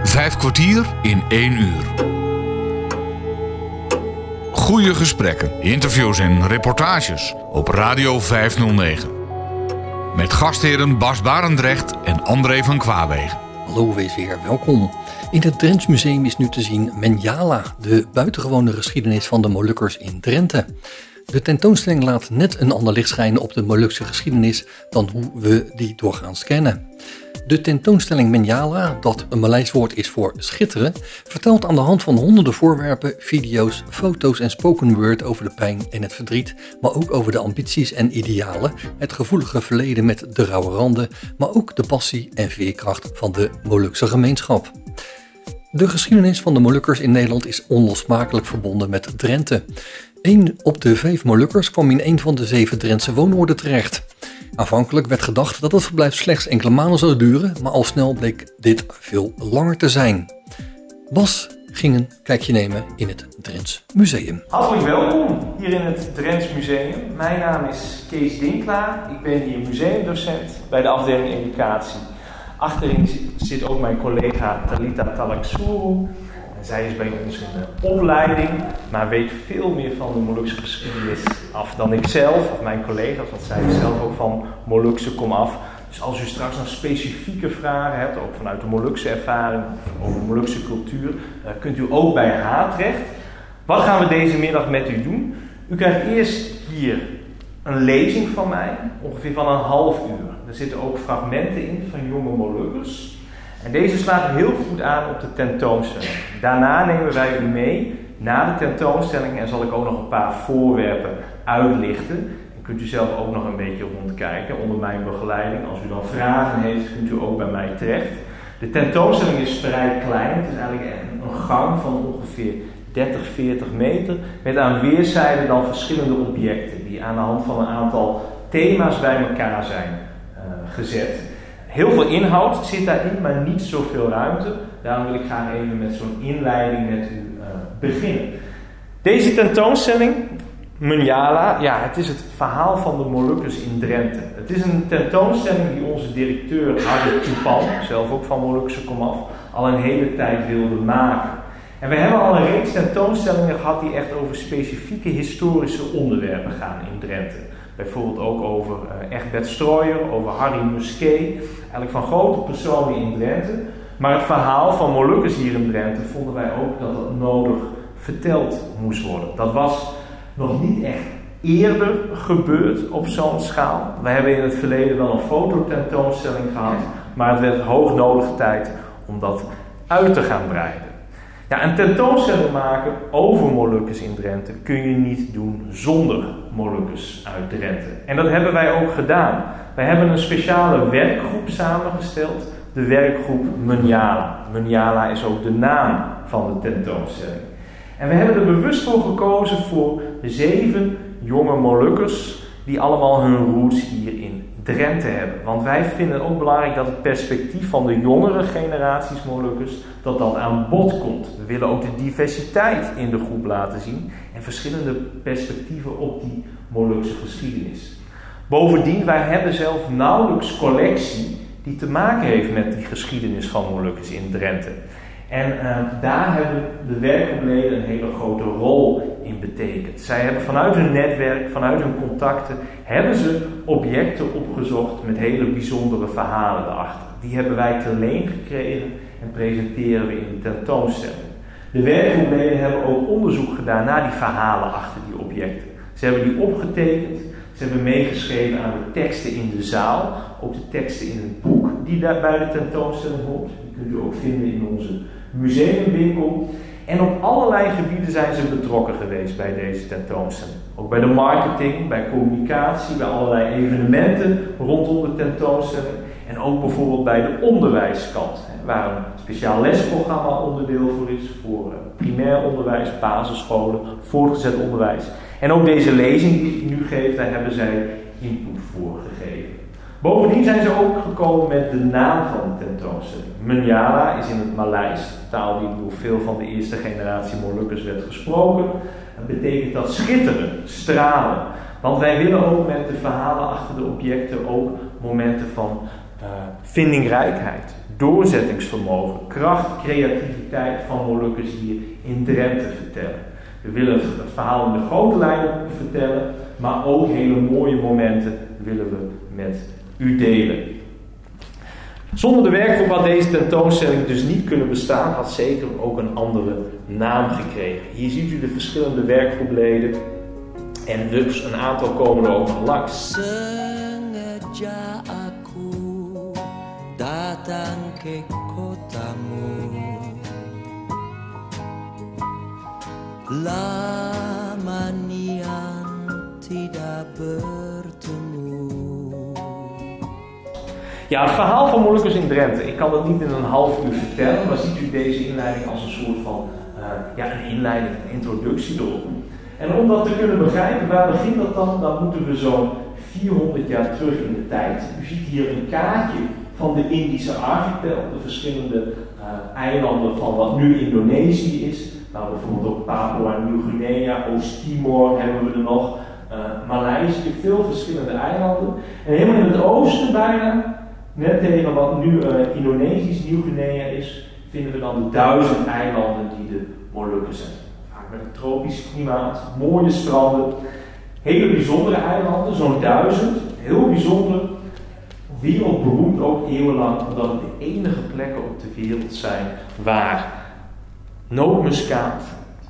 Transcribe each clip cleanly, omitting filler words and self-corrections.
5 kwartier in 1 uur. Goede gesprekken, interviews en reportages op Radio 509. Met gastheren Bas Barendrecht en André van Kwaabegen. Hallo, wees weer welkom. In het Drents Museum is nu te zien Menjala, de buitengewone geschiedenis van de Molukkers in Drenthe. De tentoonstelling laat net een ander licht schijnen op de Molukse geschiedenis dan hoe we die doorgaans kennen. De tentoonstelling Menjala, dat een Maleis woord is voor schitteren, vertelt aan de hand van honderden voorwerpen, video's, foto's en spoken word over de pijn en het verdriet, maar ook over de ambities en idealen, het gevoelige verleden met de rauwe randen, maar ook de passie en veerkracht van de Molukse gemeenschap. De geschiedenis van de Molukkers in Nederland is onlosmakelijk verbonden met Drenthe. 1 op de 5 Molukkers kwam in een van de 7 Drentse woonoorden terecht. Aanvankelijk werd gedacht dat het verblijf slechts enkele maanden zou duren, maar al snel bleek dit veel langer te zijn. Bas ging een kijkje nemen in het Drents Museum. Hartelijk welkom hier in het Drents Museum. Mijn naam is Kees Dinklaar. Ik ben hier museumdocent bij de afdeling educatie. Achterin zit ook mijn collega Talita Talaksuru. Zij is bij ons in de opleiding, maar weet veel meer van de Molukse geschiedenis af dan ik zelf, of mijn collega's, want zij is zelf ook van Molukse komaf. Dus als u straks nog specifieke vragen hebt, ook vanuit de Molukse ervaring, over de Molukse cultuur, kunt u ook bij haar terecht. Wat gaan we deze middag met u doen? U krijgt eerst hier een lezing van mij, ongeveer van een half uur. Er zitten ook fragmenten in van jonge Molukkers. En deze slaat heel goed aan op de tentoonstelling. Daarna nemen wij u mee naar de tentoonstelling en zal ik ook nog een paar voorwerpen uitlichten. En kunt u zelf ook nog een beetje rondkijken onder mijn begeleiding. Als u dan vragen heeft, kunt u ook bij mij terecht. De tentoonstelling is vrij klein. Het is eigenlijk een gang van ongeveer 30, 40 meter. Met aan weerszijden dan verschillende objecten die aan de hand van een aantal thema's bij elkaar zijn gezet. Heel veel inhoud zit daarin, maar niet zoveel ruimte. Daarom wil ik graag even met zo'n inleiding met u beginnen. Deze tentoonstelling, Menjala, ja, het is het verhaal van de Molukkers in Drenthe. Het is een tentoonstelling die onze directeur Harde Tupan, zelf ook van Molukse komaf, al een hele tijd wilde maken. En we hebben al een reeks tentoonstellingen gehad die echt over specifieke historische onderwerpen gaan in Drenthe. Bijvoorbeeld ook over Egbert Strooijer, over Harry Musquet. Eigenlijk van grote personen in Drenthe. Maar het verhaal van Molukkers hier in Drenthe vonden wij ook dat het nodig verteld moest worden. Dat was nog niet echt eerder gebeurd op zo'n schaal. We hebben in het verleden wel een fototentoonstelling gehad. Maar het werd hoog nodige tijd om dat uit te gaan breiden. Ja, een tentoonstelling maken over Molukkers in Drenthe kun je niet doen zonder Molukkers uit Drenthe. En dat hebben wij ook gedaan. Wij hebben een speciale werkgroep samengesteld, de werkgroep Menjala. Menjala is ook de naam van de tentoonstelling. En we hebben er bewust voor gekozen voor 7 jonge Molukkers die allemaal hun roots hier in Drenthe hebben. Want wij vinden het ook belangrijk dat het perspectief van de jongere generaties Molukkers, dat aan bod komt. We willen ook de diversiteit in de groep laten zien en verschillende perspectieven op die Molukse geschiedenis. Bovendien, wij hebben zelf nauwelijks collectie die te maken heeft met die geschiedenis van Molukkers in Drenthe. En daar hebben de werkgroepleden een hele grote rol in betekend. Zij hebben vanuit hun netwerk, vanuit hun contacten, hebben ze objecten opgezocht met hele bijzondere verhalen erachter. Die hebben wij te leen gekregen en presenteren we in de tentoonstelling. De werkgroepleden hebben ook onderzoek gedaan naar die verhalen achter die objecten. Ze hebben die opgetekend, ze hebben meegeschreven aan de teksten in de zaal, ook de teksten in het boek die daar bij de tentoonstelling hoort. Die kunt u ook vinden in onze museumwinkel. En op allerlei gebieden zijn ze betrokken geweest bij deze tentoonstelling. Ook bij de marketing, bij communicatie, bij allerlei evenementen rondom de tentoonstelling. En ook bijvoorbeeld bij de onderwijskant, waar een speciaal lesprogramma onderdeel voor is, voor primair onderwijs, basisscholen, voortgezet onderwijs. En ook deze lezing die ik nu geef, daar hebben zij input voor gegeven. Bovendien zijn ze ook gekomen met de naam van de tentoonstelling. Menjala is in het Maleis, taal die door veel van de eerste generatie Molukkers werd gesproken. Dat betekent dat schitteren, stralen. Want wij willen ook met de verhalen achter de objecten ook momenten van vindingrijkheid, doorzettingsvermogen, kracht, creativiteit van Molukkers hier in Drenthe vertellen. We willen het verhaal in de grote lijnen vertellen, maar ook hele mooie momenten willen we met u delen. Zonder de werkgroep had deze tentoonstelling dus niet kunnen bestaan, had zeker ook een andere naam gekregen. Hier ziet u de verschillende werkgroepleden en dus een aantal komen er ook nog langs. Sengaja aku datang ke kotamu, lama nian tidak bertemu. Ja, het verhaal van Molukkers in Drenthe. Ik kan dat niet in een half uur vertellen, maar ziet u deze inleiding als een soort van een inleiding, een introductie erop. En om dat te kunnen begrijpen, waar begint dat dan? Dan moeten we zo'n 400 jaar terug in de tijd. U ziet hier een kaartje van de Indische archipel, de verschillende eilanden van wat nu Indonesië is. Nou, bijvoorbeeld ook Papua Nieuw-Guinea, Oost-Timor hebben we er nog, Maleisië, veel verschillende eilanden. En helemaal in het oosten bijna, net tegen wat nu Indonesisch Nieuw-Guinea is, vinden we dan de 1000 eilanden die de Molukken zijn. Vaak met een tropisch klimaat, mooie stranden, hele bijzondere eilanden, zo'n 1000, heel bijzonder, wereldberoemd ook eeuwenlang, omdat het de enige plekken op de wereld zijn waar nootmuskaat,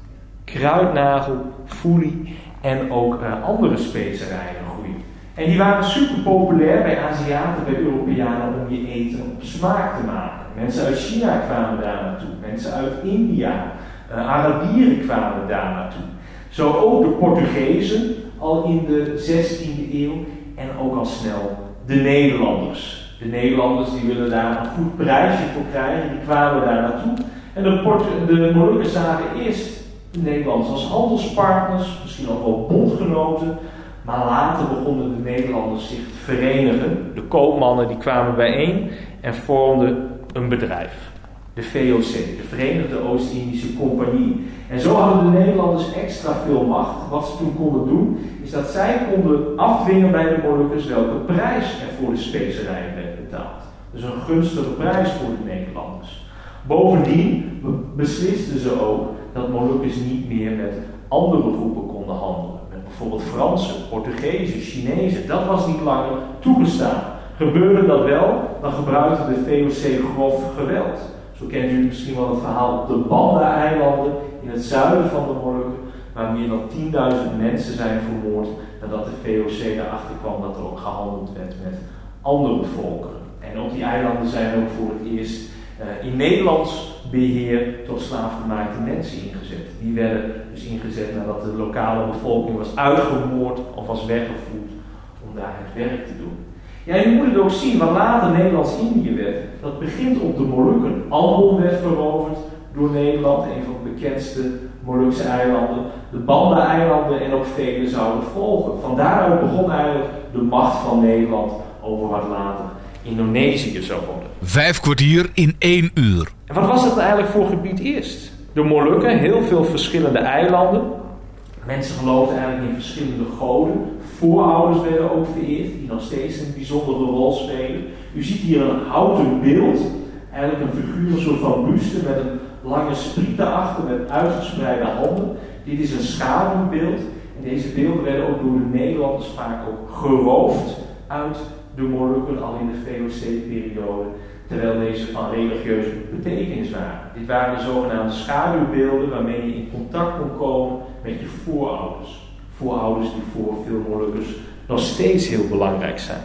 kruidnagel, foelie en ook andere specerijen groeien. En die waren super populair bij Aziaten, bij Europeanen om je eten op smaak te maken. Mensen uit China kwamen daar naartoe, mensen uit India, Arabieren kwamen daar naartoe. Zo ook de Portugezen al in de 16e eeuw en ook al snel de Nederlanders. De Nederlanders die willen daar een goed prijsje voor krijgen, die kwamen daar naartoe. En de Molukkers zagen eerst de Nederlanders als handelspartners, misschien ook wel bondgenoten. Maar later begonnen de Nederlanders zich te verenigen. De koopmannen die kwamen bijeen en vormden een bedrijf. De VOC, de Verenigde Oost-Indische Compagnie. En zo hadden de Nederlanders extra veel macht. Wat ze toen konden doen, is dat zij konden afdwingen bij de Molukkers welke prijs er voor de specerijen werd betaald. Dus een gunstige prijs voor de Nederlanders. Bovendien beslisten ze ook dat Molukkers niet meer met andere groepen konden handelen. Met bijvoorbeeld Fransen, Portugezen, Chinezen. Dat was niet langer toegestaan. Gebeurde dat wel, dan gebruikte de VOC grof geweld. Zo kent u misschien wel het verhaal op de Banda-eilanden in het zuiden van de Molukken, waar meer dan 10.000 mensen zijn vermoord nadat de VOC erachter kwam dat er ook gehandeld werd met andere volkeren. En op die eilanden zijn ook voor het eerst in Nederlands beheer tot slaafgemaakte mensen ingezet. Die werden dus ingezet nadat de lokale bevolking was uitgemoord of was weggevoerd om daar het werk te doen. Ja, je moet het ook zien, wat later Nederlands-Indië werd. Dat begint op de Molukken. Ambon werd veroverd door Nederland, een van de bekendste Molukse eilanden. De Banda-eilanden en ook vele zouden volgen. Van daaruit begon eigenlijk de macht van Nederland over wat later Indonesië zou worden. 5 kwartier in 1 uur. En wat was dat eigenlijk voor gebied eerst? De Molukken, heel veel verschillende eilanden. Mensen geloofden eigenlijk in verschillende goden. Voorouders werden ook vereerd, die nog steeds een bijzondere rol spelen. U ziet hier een houten beeld, eigenlijk een figuur, een soort van buste met een lange spriet daarachter met uitgespreide handen. Dit is een schaduwbeeld. En deze beelden werden ook door de Nederlanders vaak ook geroofd uit de Molukken al in de VOC-periode, terwijl deze van religieuze betekenis waren. Dit waren de zogenaamde schaduwbeelden waarmee je in contact kon komen met je voorouders. Voorouders die voor veel Molukkers nog steeds heel belangrijk zijn.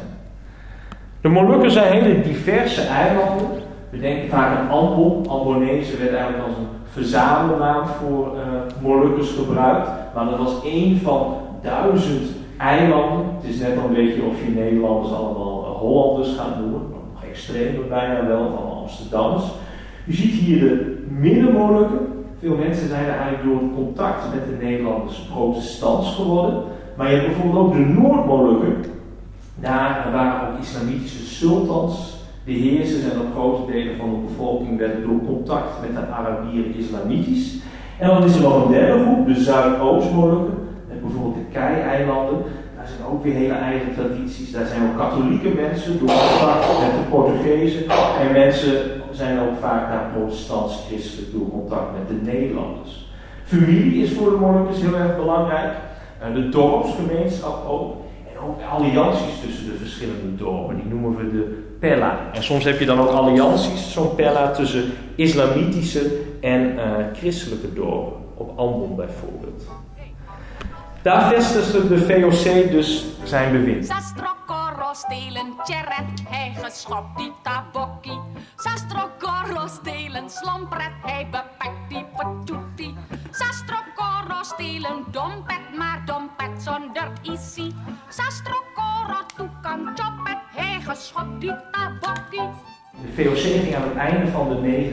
De Molukken zijn hele diverse eilanden. We denken vaak aan Ambon. Ambonezen werd eigenlijk als een verzamelnaam voor Molukkers gebruikt. Maar dat was één van 1000 eilanden. Het is net een beetje of je Nederlanders allemaal Hollanders gaat noemen. Nog extremer bijna wel, van Amsterdammers. U ziet hier de Midden-Molukken. Veel mensen zijn er eigenlijk door het contact met de Nederlanders protestants geworden. Maar je hebt bijvoorbeeld ook de Noord-Molukken. Daar waren ook islamitische sultans. De heersers en ook grote delen van de bevolking werden door contact met de Arabieren islamitisch. En dan is er nog een derde groep, de Zuidoost-Molukken. Met bijvoorbeeld de Kei-eilanden. Daar zijn zijn ook weer hele eigen tradities. Daar zijn ook katholieke mensen door contact met de Portugezen. En mensen zijn ook vaak naar protestants-christelijk door contact met de Nederlanders. Familie is voor de Molukkers heel erg belangrijk. De dorpsgemeenschap ook. En ook allianties tussen de verschillende dorpen. Die noemen we de Pella. En soms heb je dan ook allianties, zo'n Pella, tussen islamitische en christelijke dorpen. Op Ambon bijvoorbeeld. Daar vestigde de VOC dus zijn bewind. Sastrokoro stelen, tjeret, hij geschopt die tabokkie. Sastrokoro stelen, slompret, hij bepakt die patoetie. Sastrokoro stelen, dompet, maar dompet zonder isi. Sastrokoro toekan, choppet, hij geschopt die tabokkie. De VOC ging aan het einde van de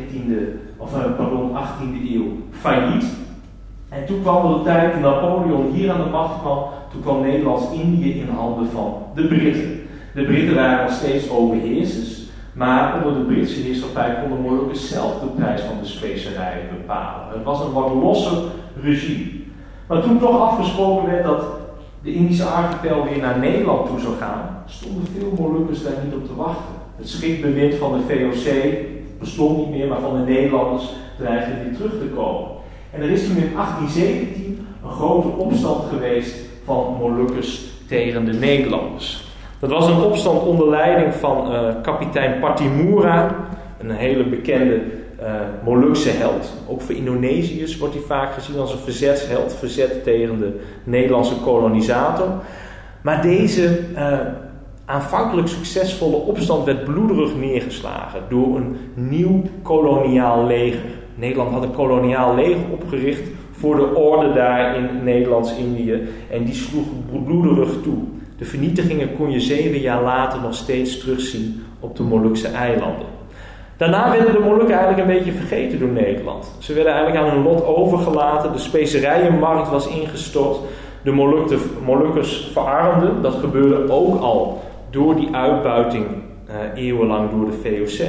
18e eeuw failliet. En toen kwam er de tijd toen Napoleon hier aan de macht kwam, toen kwam Nederlands-Indië in handen van de Britten. De Britten waren nog steeds overheersers, maar onder de Britse heerschappij konden Molukkers zelf de prijs van de specerijen bepalen. Het was een wat losser regime. Maar toen toch afgesproken werd dat de Indische archipel weer naar Nederland toe zou gaan, stonden veel Molukkers daar niet op te wachten. Het schrikbewind van de VOC bestond niet meer, maar van de Nederlanders dreigde weer terug te komen. En er is toen in 1817 een grote opstand geweest van Molukkers tegen de Nederlanders. Dat was een opstand onder leiding van kapitein Patimura, een hele bekende Molukse held. Ook voor Indonesiërs wordt hij vaak gezien als een verzetsheld, verzet tegen de Nederlandse kolonisator. Maar deze aanvankelijk succesvolle opstand werd bloederig neergeslagen door een nieuw koloniaal leger. Nederland had een koloniaal leger opgericht voor de orde daar in Nederlands-Indië en die sloeg bloederig toe. De vernietigingen kon je 7 jaar later nog steeds terugzien op de Molukse eilanden. Daarna werden de Molukken eigenlijk een beetje vergeten door Nederland. Ze werden eigenlijk aan hun lot overgelaten, de specerijenmarkt was ingestort, de Molukkers verarmden. Dat gebeurde ook al door die uitbuiting eeuwenlang door de VOC.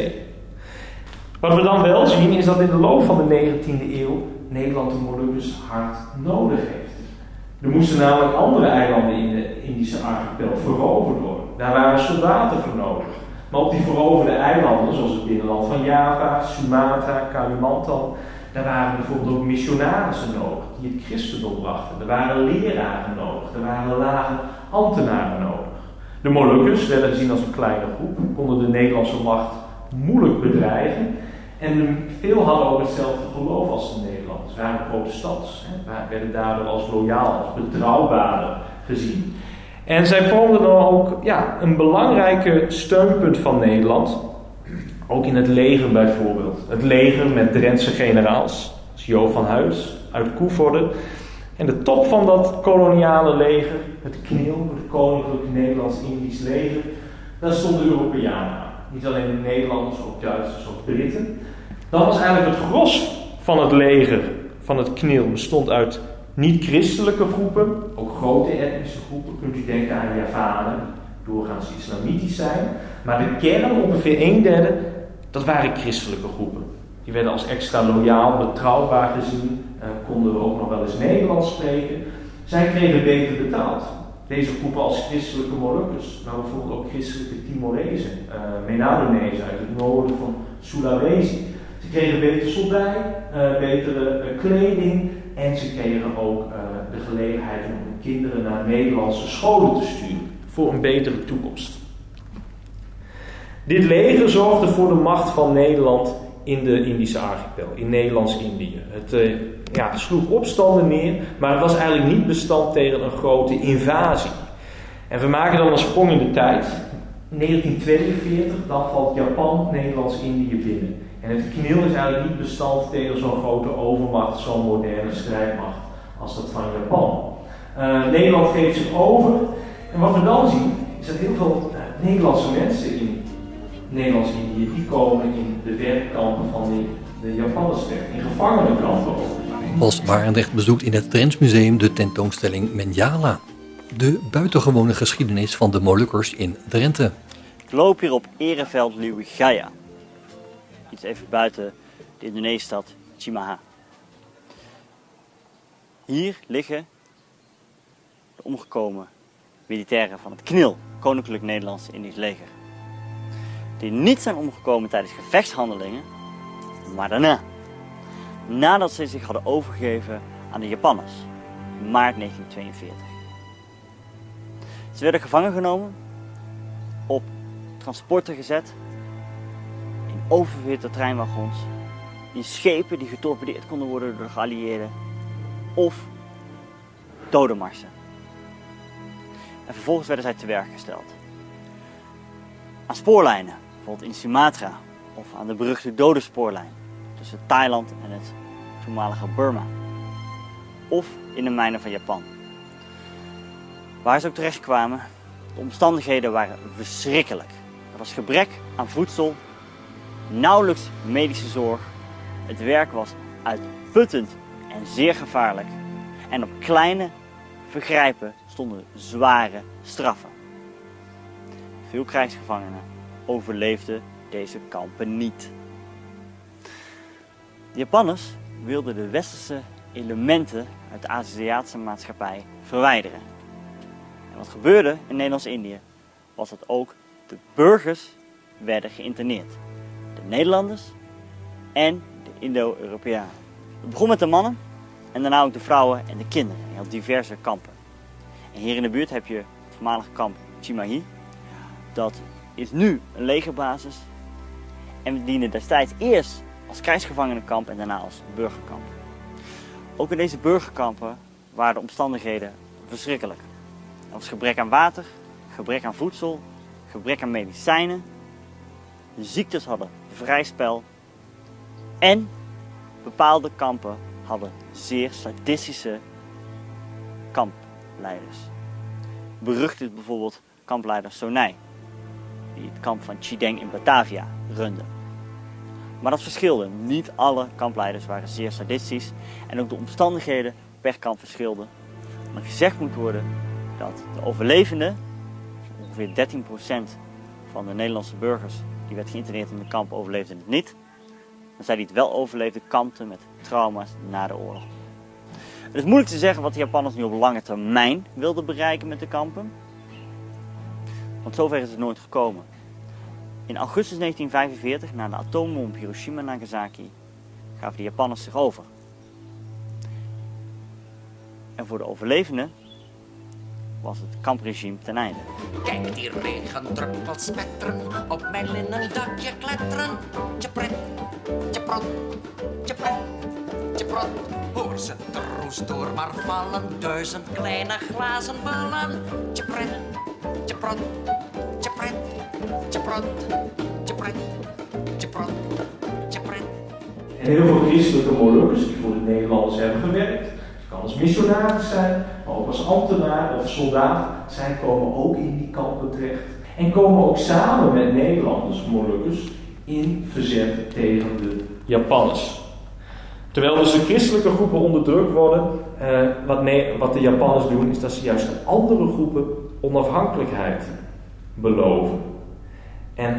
Wat we dan wel zien is dat in de loop van de 19e eeuw Nederland de Molukkers hard nodig heeft. Er moesten namelijk andere eilanden in de Indische archipel veroverd worden. Daar waren soldaten voor nodig. Maar op die veroverde eilanden, zoals het binnenland van Java, Sumatra, Kalimantan, daar waren bijvoorbeeld ook missionarissen nodig die het christendom brachten. Er waren leraren nodig, er waren lage ambtenaren nodig. De Molukkers werden gezien als een kleine groep, konden de Nederlandse macht moeilijk bedreigen. En veel hadden ook hetzelfde geloof als de Nederlanders. Ze waren protestants. Werden daardoor als loyaal, als betrouwbaarder gezien. En zij vormden dan ook een belangrijke steunpunt van Nederland. Ook in het leger bijvoorbeeld. Het leger met Drentse generaals. Als Jo van Huys uit Koevoorde. En de top van dat koloniale leger, het KNIL, het Koninklijk Nederlands-Indisch Leger, daar stonden Europeanen aan. Niet alleen de Nederlanders, ook Duitsers, ook Britten. Dan was eigenlijk het gros van het leger van het KNIL bestond uit niet-christelijke groepen, ook grote etnische groepen. Kunt u denken aan Javanen, die doorgaans islamitisch zijn. Maar de kern, ongeveer 1/3, dat waren christelijke groepen. Die werden als extra loyaal, betrouwbaar gezien. Konden we ook nog wel eens Nederlands spreken. Zij kregen beter betaald. Deze groepen als christelijke Molukkers, maar bijvoorbeeld ook christelijke Timorezen, Menadonezen uit het noorden van Sulawesi. Ze kregen beter soldij, betere kleding en ze kregen ook de gelegenheid om hun kinderen naar Nederlandse scholen te sturen voor een betere toekomst. Dit leger zorgde voor de macht van Nederland in de Indische archipel, in Nederlands-Indië. Het sloeg opstanden neer, maar het was eigenlijk niet bestand tegen een grote invasie. En we maken dan een sprong in de tijd. In 1942, dan valt Japan Nederlands-Indië binnen. En het KNIL is eigenlijk niet bestand tegen zo'n grote overmacht, zo'n moderne strijdmacht als dat van Japan. Nederland geeft zich over. En wat we dan zien, is dat heel veel Nederlandse mensen in Nederlands-Indië, die komen in de werkkampen van de Japanners terecht, in gevangenenkampen. Bas Barendrecht bezoekt in het Drents Museum de tentoonstelling Menjala. De buitengewone geschiedenis van de Molukkers in Drenthe. Ik loop hier op Ereveld Liuwijaya. Iets even buiten de Indonesische stad Cimahi. Hier liggen de omgekomen militairen van het KNIL, Koninklijk Nederlands-Indisch Leger. Die niet zijn omgekomen tijdens gevechtshandelingen, maar daarna. Nadat ze zich hadden overgegeven aan de Japanners, in maart 1942. Ze werden gevangen genomen, op transporten gezet, in oververhitte treinwagons, in schepen die getorpedeerd konden worden door de geallieerden, of dodenmarsen. En vervolgens werden zij te werk gesteld. Aan spoorlijnen, bijvoorbeeld in Sumatra, of aan de beruchte dodenspoorlijn tussen Thailand en het toenmalige Burma. Of in de mijnen van Japan. Waar ze ook terecht kwamen, de omstandigheden waren verschrikkelijk. Er was gebrek aan voedsel, nauwelijks medische zorg. Het werk was uitputtend en zeer gevaarlijk. En op kleine vergrijpen stonden zware straffen. Veel krijgsgevangenen overleefden deze kampen niet. De Japanners wilden de westerse elementen uit de Aziatische maatschappij verwijderen. En wat gebeurde in Nederlands-Indië was dat ook de burgers werden geïnterneerd. De Nederlanders en de Indo-Europeanen. Het begon met de mannen en daarna ook de vrouwen en de kinderen. Je had diverse kampen. En hier in de buurt heb je het voormalige kamp Chimahi. Dat is nu een legerbasis. En we dienden destijds eerst als krijgsgevangenenkamp en daarna als burgerkamp. Ook in deze burgerkampen waren de omstandigheden verschrikkelijk. Er was gebrek aan water, gebrek aan voedsel, gebrek aan medicijnen. De ziektes hadden vrij spel. En bepaalde kampen hadden zeer sadistische kampleiders. Berucht is bijvoorbeeld kampleider Sonai, die het kamp van Chideng in Batavia runde. Maar dat verschilde. Niet alle kampleiders waren zeer sadistisch en ook de omstandigheden per kamp verschilden. Maar gezegd moet worden dat de overlevenden, ongeveer 13% van de Nederlandse burgers die werd geïnterneerd in de kamp, overleefden het niet. Maar zij die het wel overleefden, kampten met trauma's na de oorlog. Het is moeilijk te zeggen wat de Japanners nu op lange termijn wilden bereiken met de kampen. Want zover is het nooit gekomen. In augustus 1945, na de atoombom op Hiroshima en Nagasaki, gaven de Japanners zich over. En voor de overlevenden was het kampregime ten einde. Kijk die regendruppels spetteren, op mijn linnen dakje kletteren. Tjepret, tjeprot, tjepret, tjeprot. Hoor ze troos door maar vallen, 1000 kleine glazen ballen. Tjepret, tjeprot, tjepret, tjeprot, tjepret, tjeprot, tjepret. En heel veel christelijke Molukkers die voor de Nederlanders hebben gewerkt. Ze kan als missionaris zijn, maar ook als ambtenaar of soldaat. Zij komen ook in die kampen terecht. En komen ook samen met Nederlanders, Molukkers, in verzet tegen de Japanners. Terwijl dus de christelijke groepen onderdrukt worden, wat de Japanners doen, is dat ze juist de andere groepen onafhankelijkheid beloven. En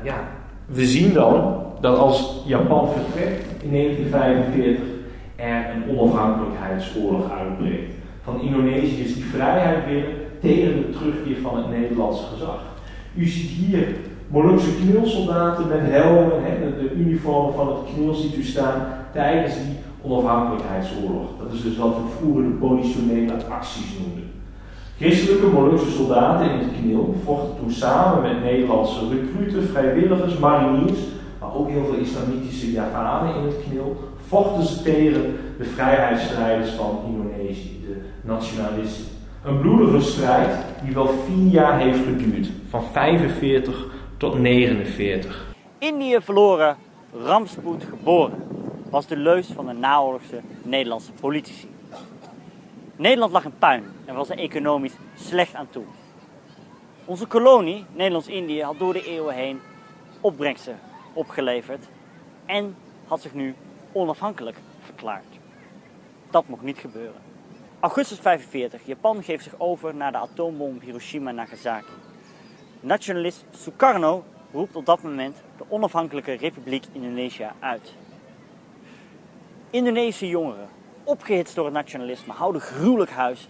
we zien dan dat als Japan vertrekt in 1945 er een onafhankelijkheidsoorlog uitbreekt. Van Indonesiërs die vrijheid willen tegen de terugkeer van het Nederlandse gezag. U ziet hier Molukse knilsoldaten met helmen, de uniformen van het KNIL ziet u staan tijdens die onafhankelijkheidsoorlog. Dat is dus wat we vroeger de politionele acties noemden. Christelijke Molukse soldaten in het KNIL vochten toen samen met Nederlandse recruten, vrijwilligers, mariniers, maar ook heel veel islamitische Javanen in het KNIL, vochten ze tegen de vrijheidsstrijders van Indonesië, de nationalisten. Een bloedige strijd die wel 4 jaar heeft geduurd, van 45 tot 49. Indië verloren, rampspoed geboren, was de leus van de naoorlogse Nederlandse politici. Nederland lag in puin en was er economisch slecht aan toe. Onze kolonie, Nederlands-Indië, had door de eeuwen heen opbrengsten opgeleverd en had zich nu onafhankelijk verklaard. Dat mocht niet gebeuren. Augustus 1945, Japan geeft zich over na de atoombom op Hiroshima en Nagasaki. Nationalist Sukarno roept op dat moment de onafhankelijke Republiek Indonesië uit. Indonesische jongeren, opgehitst door het nationalisme, houden gruwelijk huis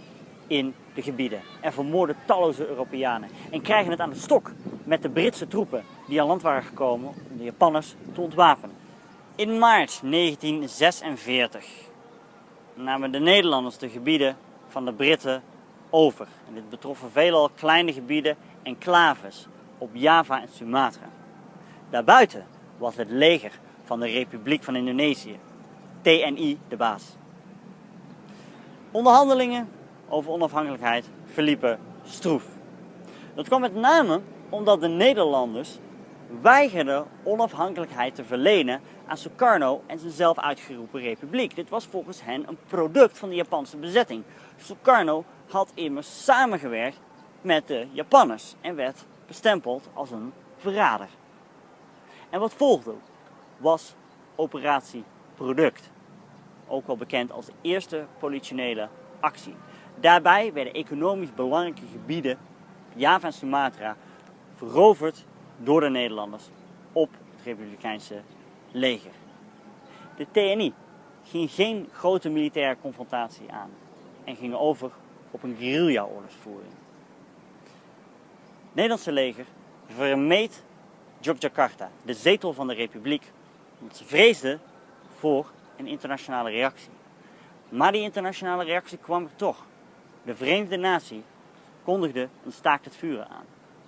in de gebieden en vermoorden talloze Europeanen. En krijgen het aan de stok met de Britse troepen die aan land waren gekomen om de Japanners te ontwapenen. In maart 1946 namen de Nederlanders de gebieden van de Britten over. En dit betroffen veelal kleine gebieden, enclaves op Java en Sumatra. Daarbuiten was het leger van de Republiek van Indonesië, TNI, de baas. Onderhandelingen over onafhankelijkheid verliepen stroef. Dat kwam met name omdat de Nederlanders weigerden onafhankelijkheid te verlenen aan Sukarno en zijn zelf uitgeroepen republiek. Dit was volgens hen een product van de Japanse bezetting. Sukarno had immers samengewerkt met de Japanners en werd bestempeld als een verrader. En wat volgde was Operatie Product, ook wel bekend als de eerste politionele actie. Daarbij werden economisch belangrijke gebieden, Java en Sumatra, veroverd door de Nederlanders op het Republikeinse leger. De TNI ging geen grote militaire confrontatie aan en ging over op een guerrilla-oorlogsvoering. Het Nederlandse leger vermeed Yogyakarta, de zetel van de republiek, omdat ze vreesden voor een internationale reactie. Maar die internationale reactie kwam er toch. De Verenigde Naties kondigde een staakt het vuren aan.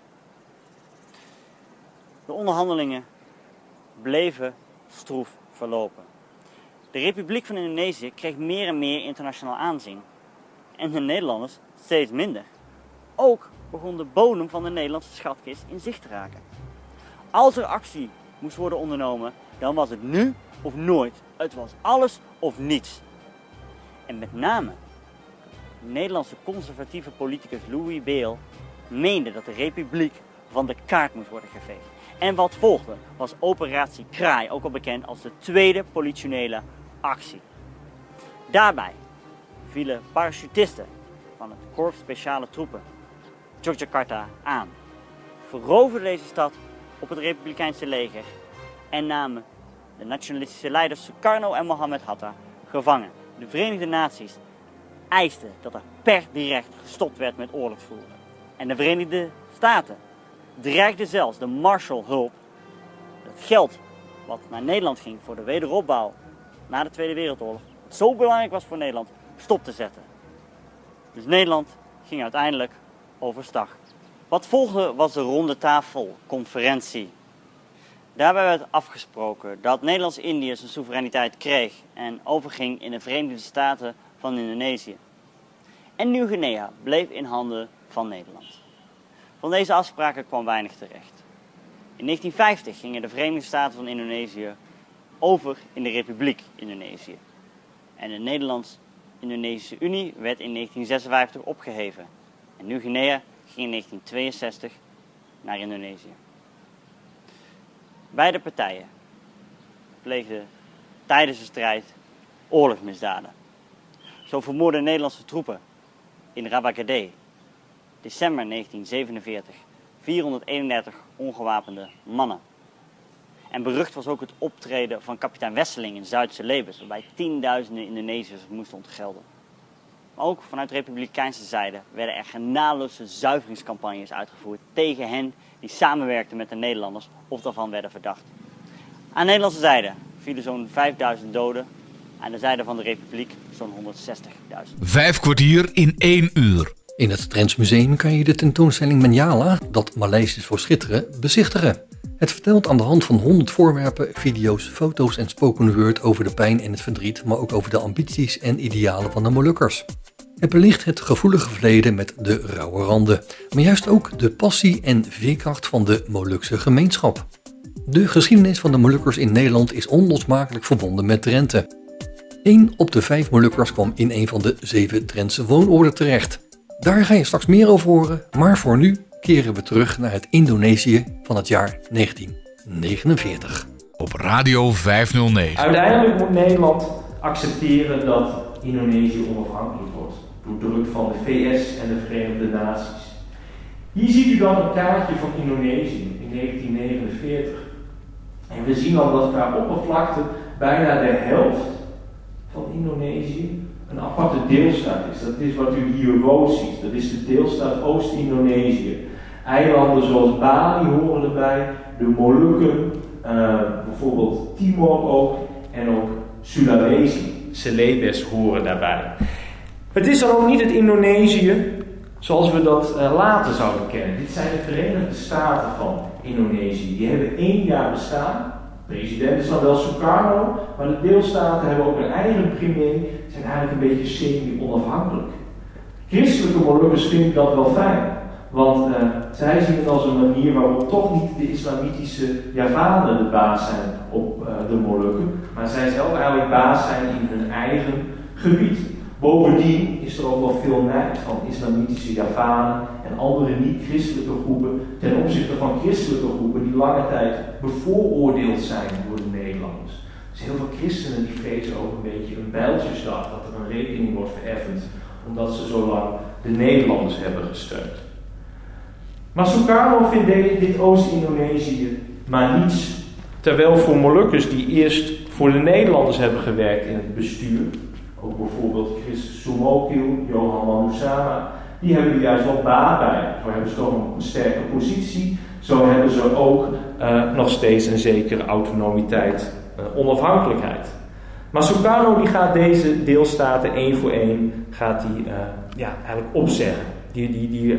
De onderhandelingen bleven stroef verlopen. De Republiek van Indonesië kreeg meer en meer internationaal aanzien. En de Nederlanders steeds minder. Ook begon de bodem van de Nederlandse schatkist in zicht te raken. Als er actie moest worden ondernomen, dan was het nu of nooit. Het was alles of niets. En met name de Nederlandse conservatieve politicus Louis Beel meende dat de republiek van de kaart moest worden geveegd. En wat volgde was Operatie Kraai, ook al bekend als de tweede politionele actie. Daarbij vielen parachutisten van het Korps Speciale Troepen Yogyakarta aan, veroverden deze stad op het Republikeinse leger en namen de nationalistische leiders Sukarno en Mohammed Hatta gevangen. De Verenigde Naties eisten dat er per direct gestopt werd met oorlogsvoeren. En de Verenigde Staten dreigden zelfs de Marshallhulp, het geld wat naar Nederland ging voor de wederopbouw na de Tweede Wereldoorlog, wat zo belangrijk was voor Nederland, stop te zetten. Dus Nederland ging uiteindelijk overstag. Wat volgde was de ronde tafelconferentie. Daarbij werd afgesproken dat Nederlands-Indië zijn soevereiniteit kreeg en overging in de Verenigde Staten van Indonesië. En Nieuw-Guinea bleef in handen van Nederland. Van deze afspraken kwam weinig terecht. In 1950 gingen de Verenigde Staten van Indonesië over in de Republiek Indonesië. En de Nederlands-Indonesische Unie werd in 1956 opgeheven. En Nieuw-Guinea ging in 1962 naar Indonesië. Beide partijen pleegden tijdens de strijd oorlogsmisdaden. Zo vermoordden Nederlandse troepen in Rabagade, december 1947, 431 ongewapende mannen. En berucht was ook het optreden van kapitein Wesseling in Zuid-Celebes, waarbij tienduizenden Indonesiërs moesten ontgelden. Maar ook vanuit republikeinse zijde werden er genadeloze zuiveringscampagnes uitgevoerd tegen hen die samenwerkten met de Nederlanders of daarvan werden verdacht. Aan de Nederlandse zijde vielen zo'n 5000 doden, aan de zijde van de Republiek zo'n 160.000. 5 kwartier in 1 uur. In het Drents Museum kan je de tentoonstelling Menjala, dat Maleis is voor schitteren, bezichtigen. Het vertelt aan de hand van 100 voorwerpen, video's, foto's en spoken word over de pijn en het verdriet, maar ook over de ambities en idealen van de Molukkers. Het belicht het gevoelige verleden met de rauwe randen, maar juist ook de passie en veerkracht van de Molukse gemeenschap. De geschiedenis van de Molukkers in Nederland is onlosmakelijk verbonden met Drenthe. 1 op de 5 Molukkers kwam in een van de 7 Drentse woonoorden terecht. Daar ga je straks meer over horen, maar voor nu keren we terug naar het Indonesië van het jaar 1949. Op Radio 509. Uiteindelijk moet Nederland accepteren dat Indonesië onafhankelijk wordt door druk van de VS en de Verenigde Naties. Hier ziet u dan een kaartje van Indonesië in 1949. En we zien al dat qua oppervlakte bijna de helft van Indonesië een aparte deelstaat is. Dat is wat u hier rood ziet. Dat is de deelstaat Oost-Indonesië. Eilanden zoals Bali horen erbij, de Molukken, bijvoorbeeld Timor ook, en ook Sulawesi, Celebes horen daarbij. Het is dan ook niet het Indonesië zoals we dat later zouden kennen. Dit zijn de Verenigde Staten van Indonesië. Die hebben 1 jaar bestaan. De president is dan wel Sukarno, maar de deelstaten hebben ook een eigen premier, zijn eigenlijk een beetje semi-onafhankelijk. Christelijke Molukkers vinden dat wel fijn, want zij zien het als een manier waarop toch niet de islamitische Javanen de baas zijn op de Molukken, maar zij zelf eigenlijk baas zijn in hun eigen gebied. Bovendien is er ook wel veel nijd van islamitische Javanen en andere niet-christelijke groepen ten opzichte van christelijke groepen die lange tijd bevooroordeeld zijn door de Nederlanders. Dus heel veel christenen die vrezen ook een beetje een bijltjesdag, dat er een rekening wordt vereffend, omdat ze zo lang de Nederlanders hebben gesteund. Maar Sukarno vindt dit Oost-Indonesië maar niets, terwijl voor Molukkers die eerst voor de Nederlanders hebben gewerkt in het bestuur, ook bijvoorbeeld Chris Sumokil, Johan Manusama, die hebben er juist wel baat bij. Zo hebben ze toch een sterke positie. Zo hebben ze ook nog steeds een zekere autonomiteit, onafhankelijkheid. Maar Sukarno die gaat deze deelstaten 1 voor 1 gaat die, eigenlijk opzeggen. Die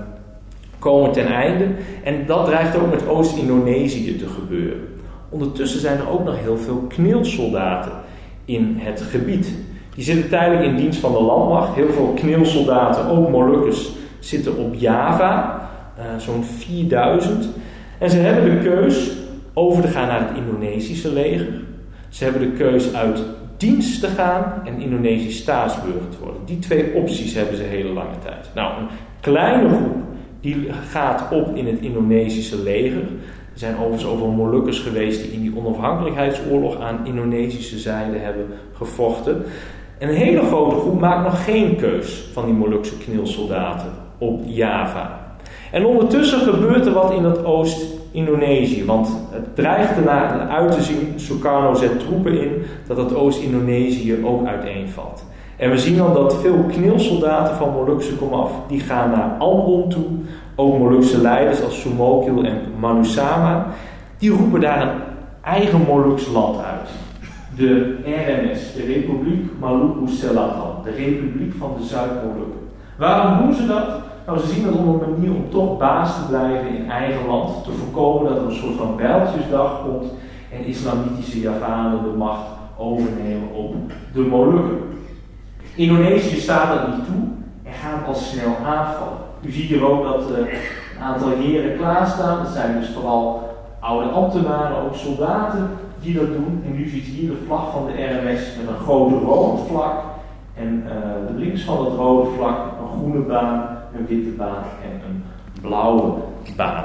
komen ten einde. En dat dreigt ook met Oost-Indonesië te gebeuren. Ondertussen zijn er ook nog heel veel kneelsoldaten in het gebied. Die zitten tijdelijk in dienst van de landmacht. Heel veel kneelsoldaten, ook Molukkers, zitten op Java. Zo'n 4000. En ze hebben de keus over te gaan naar het Indonesische leger. Ze hebben de keus uit dienst te gaan en Indonesisch staatsburger te worden. Die 2 opties hebben ze hele lange tijd. Nou, een kleine groep die gaat op in het Indonesische leger. Er zijn overigens ook wel Molukkers geweest die in die onafhankelijkheidsoorlog aan Indonesische zijde hebben gevochten. En een hele grote groep maakt nog geen keus van die Molukse kneelsoldaten op Java. En ondertussen gebeurt er wat in dat Oost-Indonesië. Want het dreigt ernaar uit te zien, Sukarno zet troepen in, dat het Oost-Indonesië ook uiteenvalt. En we zien dan dat veel kneelsoldaten van Molukse komaf, die gaan naar Ambon toe. Ook Molukse leiders als Sumokil en Manusama, die roepen daar een eigen Moluks land uit. De RMS, de Republiek Maluku Selatan, de Republiek van de Zuid-Molukken. Waarom doen ze dat? Nou, ze zien dat om een manier om toch baas te blijven in eigen land, te voorkomen dat er een soort van bijltjesdag komt en islamitische Javanen de macht overnemen op de Molukken. Indonesië staat dat niet toe en gaat al snel aanvallen. U ziet hier ook dat een aantal heren klaarstaan. Dat zijn dus vooral oude ambtenaren, ook soldaten die dat doen. En u ziet hier de vlag van de RMS met een grote rode vlak. En links van dat rode vlak een groene baan, een witte baan en een blauwe baan.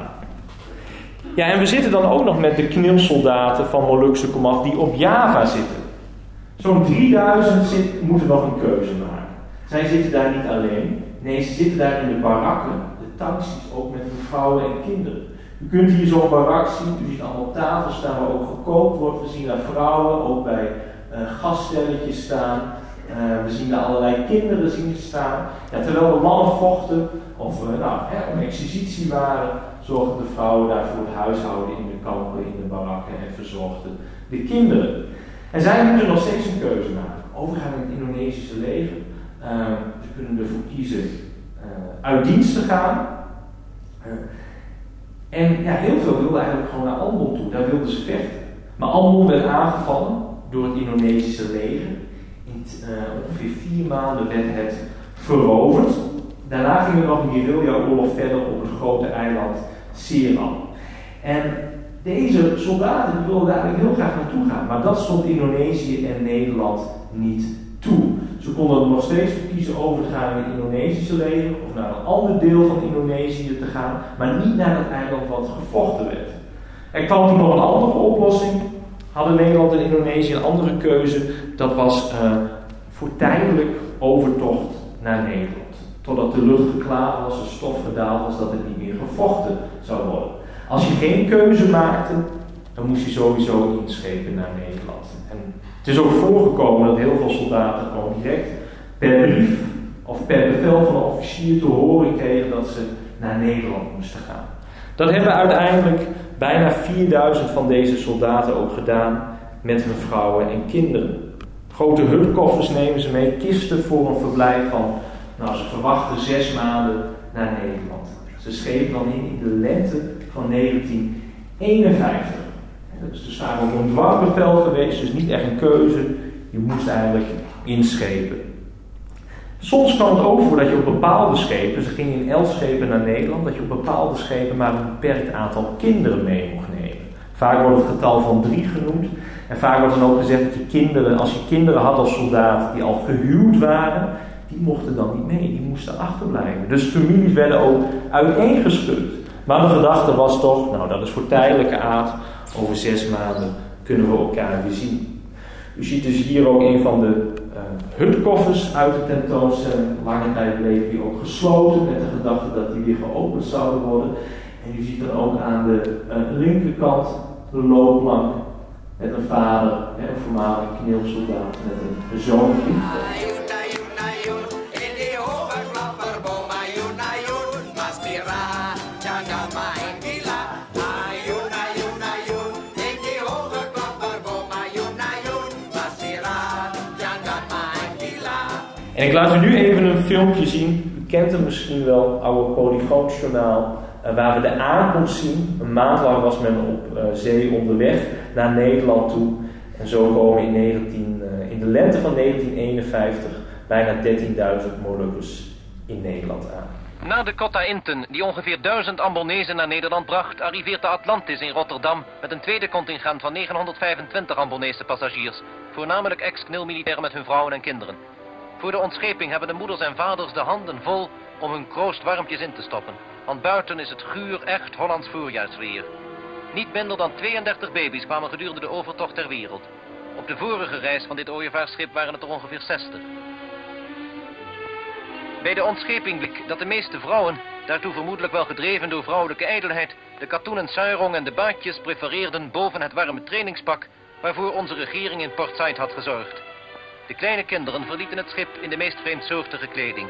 Ja, en we zitten dan ook nog met de kneelsoldaten van Molukse komaf die op Java zitten. Zo'n 3000 moeten nog een keuze maken. Zij zitten daar niet alleen. Nee, ze zitten daar in de barakken, de taxis, ook met hun vrouwen en kinderen. U kunt hier zo'n barak zien, u ziet allemaal tafels staan waar ook gekookt wordt. We zien daar vrouwen, ook bij gaststelletjes staan. We zien daar allerlei kinderen staan. Ja, terwijl de mannen vochten of om exercitie waren, zorgden de vrouwen daar voor het huishouden in de kampen, in de barakken en verzorgden de kinderen. En zij moeten nog steeds een keuze maken. Overgaan in het Indonesische leger. Ze kunnen ervoor kiezen uit dienst te gaan. En heel veel wilden eigenlijk gewoon naar Ambon toe. Daar wilden ze vechten. Maar Ambon werd aangevallen door het Indonesische leger. In ongeveer 4 maanden werd het veroverd. Daarna ging er nog een guerrilla-oorlog verder op het grote eiland Seram. En deze soldaten wilden daar eigenlijk heel graag naartoe gaan. Maar dat stond Indonesië en Nederland niet toe. Ze konden er nog steeds voor kiezen over te gaan in het Indonesische leger of naar een ander deel van Indonesië te gaan, maar niet naar het eiland wat gevochten werd. Er kwam toen nog een andere oplossing. Hadden Nederland en Indonesië een andere keuze. Dat was voor tijdelijk overtocht naar Nederland. Totdat de lucht geklaard was, de stof gedaald was, dat het niet meer gevochten zou worden. Als je geen keuze maakte, dan moest je sowieso inschepen naar Nederland. En het is ook voorgekomen dat heel veel soldaten gewoon direct per brief of per bevel van een officier te horen kregen dat ze naar Nederland moesten gaan. Dat hebben uiteindelijk bijna 4000 van deze soldaten ook gedaan met hun vrouwen en kinderen. Grote hutkoffers nemen ze mee, kisten voor een verblijf van, ze verwachten 6 maanden naar Nederland. Ze schepen dan in de lente van 1951. Dat is dus vaak ook een dwangbevel geweest, dus niet echt een keuze. Je moest eigenlijk inschepen. Soms kwam het ook voor dat je op bepaalde schepen, ze gingen in 11 schepen naar Nederland, dat je op bepaalde schepen maar een beperkt aantal kinderen mee mocht nemen. Vaak wordt het getal van 3 genoemd. En vaak wordt dan ook gezegd dat je kinderen, als je kinderen had als soldaat die al gehuwd waren, die mochten dan niet mee, die moesten achterblijven. Dus families werden ook uiteengeschud. Maar de gedachte was toch, dat is voor tijdelijke aard, over 6 maanden kunnen we elkaar weer zien. U ziet dus hier ook een van de hutkoffers uit de tentoonstelling. Lange tijd bleef die ook gesloten met de gedachte dat die weer geopend zouden worden. En u ziet dan ook aan de linkerkant de loopplank met een vader, een voormalig kneelsoldaat met een zoontje. En ik laat u nu even een filmpje zien. U kent hem misschien wel, oude Polygoonjournaal, waar we de aankomst zien. Een maand lang was men op zee onderweg naar Nederland toe. En zo komen in de lente van 1951 bijna 13.000 Molukkers in Nederland aan. Na de Cotta Inten, die ongeveer 1000 Ambonezen naar Nederland bracht, arriveert de Atlantis in Rotterdam met een tweede contingent van 925 Ambonese passagiers, voornamelijk ex-knil-militairen met hun vrouwen en kinderen. Voor de ontscheping hebben de moeders en vaders de handen vol om hun kroost warmpjes in te stoppen, want buiten is het guur echt Hollands voorjaarsweer. Niet minder dan 32 baby's kwamen gedurende de overtocht ter wereld. Op de vorige reis van dit ooievaarsschip waren het er ongeveer 60. Bij de ontscheping bleek dat de meeste vrouwen, daartoe vermoedelijk wel gedreven door vrouwelijke ijdelheid, de katoenen sarong en de baadjes prefereerden boven het warme trainingspak waarvoor onze regering in Port Said had gezorgd. De kleine kinderen verlieten het schip in de meest vreemdsoortige kleding.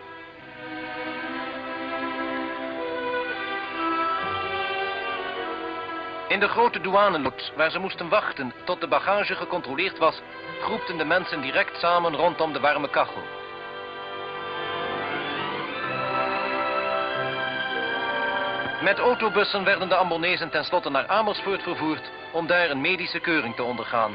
In de grote douaneloods, waar ze moesten wachten tot de bagage gecontroleerd was, groepten de mensen direct samen rondom de warme kachel. Met autobussen werden de Ambonezen tenslotte naar Amersfoort vervoerd om daar een medische keuring te ondergaan.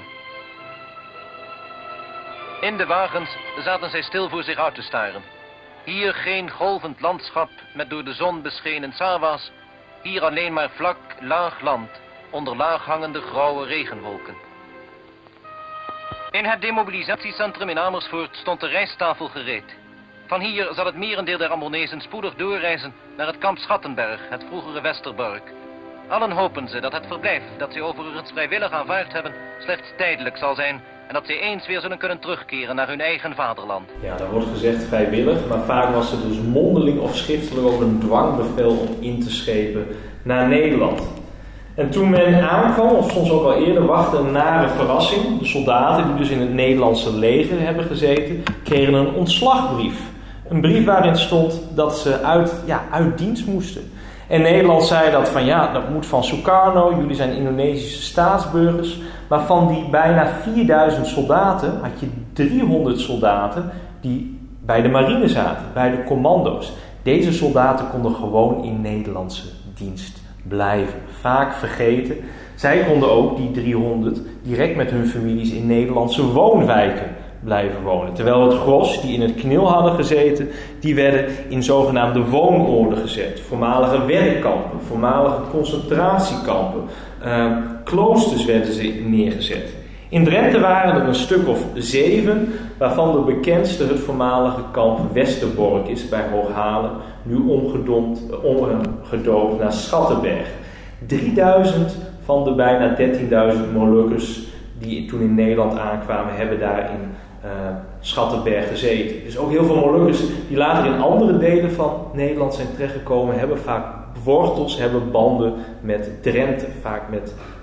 In de wagens zaten zij stil voor zich uit te staren. Hier geen golvend landschap met door de zon beschenen sawa's. Hier alleen maar vlak, laag land, onder laag hangende grauwe regenwolken. In het demobilisatiecentrum in Amersfoort stond de rijsttafel gereed. Van hier zal het merendeel der Ambonezen spoedig doorreizen naar het kamp Schattenberg, het vroegere Westerbork. Allen hopen ze dat het verblijf dat ze overigens vrijwillig aanvaard hebben slechts tijdelijk zal zijn en dat ze eens weer zullen kunnen terugkeren naar hun eigen vaderland. Ja, daar wordt gezegd vrijwillig, maar vaak was het dus mondeling of schriftelijk ook een dwangbevel om in te schepen naar Nederland. En toen men aankwam, of soms ook al eerder, wachtte een nare verrassing. De soldaten die dus in het Nederlandse leger hebben gezeten, kregen een ontslagbrief. Een brief waarin stond dat ze uit dienst moesten. En Nederland zei dat moet van Sukarno, jullie zijn Indonesische staatsburgers. Maar van die bijna 4000 soldaten had je 300 soldaten die bij de marine zaten, bij de commando's. Deze soldaten konden gewoon in Nederlandse dienst blijven. Vaak vergeten. Zij konden ook, die 300, direct met hun families in Nederlandse woonwijken blijven wonen. Terwijl het gros, die in het KNIL hadden gezeten, die werden in zogenaamde woonoorden gezet. Voormalige werkkampen, voormalige concentratiekampen, kloosters werden ze neergezet. In Drenthe waren er een stuk of 7, waarvan de bekendste het voormalige kamp Westerbork is bij Hooghalen, nu omgedoopt naar Schattenberg. 3000 van de bijna 13.000 Molukkers die toen in Nederland aankwamen, hebben daar in Schattenberg gezeten. Dus ook heel veel Molukkers die later in andere delen van Nederland zijn terechtgekomen, hebben vaak wortels, hebben banden met Drenthe, vaak met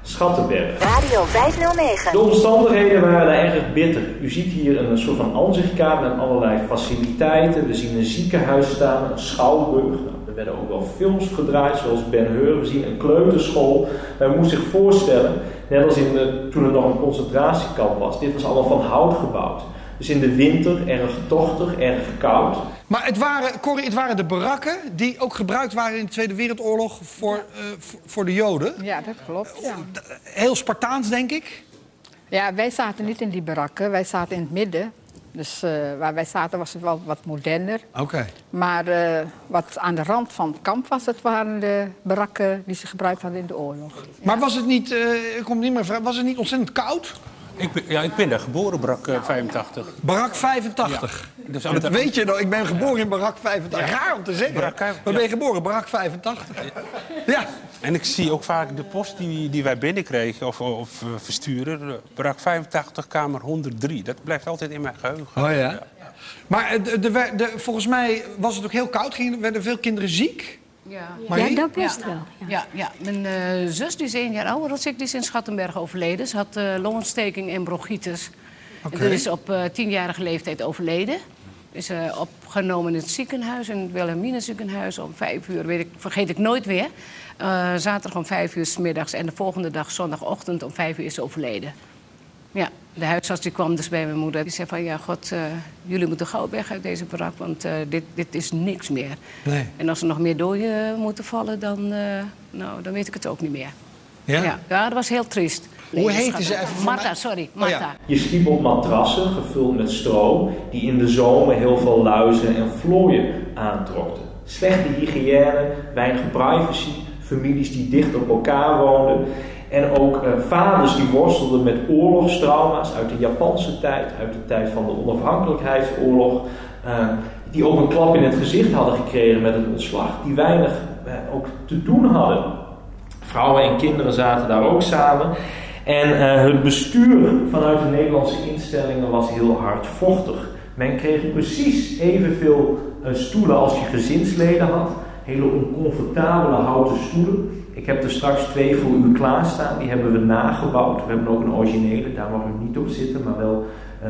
Schattenberg. Radio 509. De omstandigheden waren daar erg bitter. U ziet hier een soort van aanzichtkaart met allerlei faciliteiten. We zien een ziekenhuis staan, een schouwburg. Er werden ook wel films gedraaid, zoals Ben Hur. We zien een kleuterschool. Men moet zich voorstellen, net als toen er nog een concentratiekamp was. Dit was allemaal van hout gebouwd. Dus in de winter erg tochtig, erg koud. Maar het waren de barakken die ook gebruikt waren in de Tweede Wereldoorlog voor de Joden. Ja, dat klopt. Ja. Heel Spartaans, denk ik. Ja, wij zaten niet in die barakken. Wij zaten in het midden. Dus waar wij zaten was het wel wat moderner. Oké. Maar wat aan de rand van het kamp was, het waren de barakken die ze gebruikt hadden in de oorlog. Maar was het niet, was het niet ontzettend koud? Ik ben daar geboren, barak 85. Barak 85? Ja. Dus dat weet je nog, ik ben geboren in barak 85. Ja. Raar om te zeggen. Waar ben je geboren? Barak 85? Ja. En ik zie ook vaak de post die wij binnenkregen of versturen. Barak 85, kamer 103. Dat blijft altijd in mijn geheugen. Oh ja? Maar volgens mij was het ook heel koud. Werden veel kinderen ziek? Ja, dat best wel. Ja. Mijn zus, die is 1 jaar ouder dan ik, die is in Schattenberg overleden. Ze had longontsteking en bronchitis. Okay. En is op 10-jarige leeftijd overleden. Is opgenomen in het ziekenhuis, in het Wilhelmina ziekenhuis om 5 uur. Vergeet ik nooit weer. Zaterdag om 5 uur 's middags en de volgende dag zondagochtend om 5 uur is ze overleden. Ja, de huisarts die kwam dus bij mijn moeder. Die zei van, ja, god, jullie moeten gauw weg uit deze barak, want dit is niks meer. Nee. En als er nog meer doden moeten vallen, dan weet ik het ook niet meer. Ja? Ja, dat was heel triest. Hoe heette ze even? Martha, sorry. Martha. Oh, ja. Je sliep op matrassen gevuld met stro die in de zomer heel veel luizen en vlooien aantrokten. Slechte hygiëne, weinig privacy, families die dicht op elkaar woonden. En ook vaders die worstelden met oorlogstrauma's uit de Japanse tijd, uit de tijd van de onafhankelijkheidsoorlog. Die ook een klap in het gezicht hadden gekregen met het ontslag. Die weinig ook te doen hadden. Vrouwen en kinderen zaten daar ook samen. En het bestuur vanuit de Nederlandse instellingen was heel hardvochtig. Men kreeg precies evenveel stoelen als je gezinsleden had. Hele oncomfortabele houten stoelen. Ik heb er straks 2 voor u klaarstaan. Die hebben we nagebouwd. We hebben ook een originele, daar mag u niet op zitten, maar wel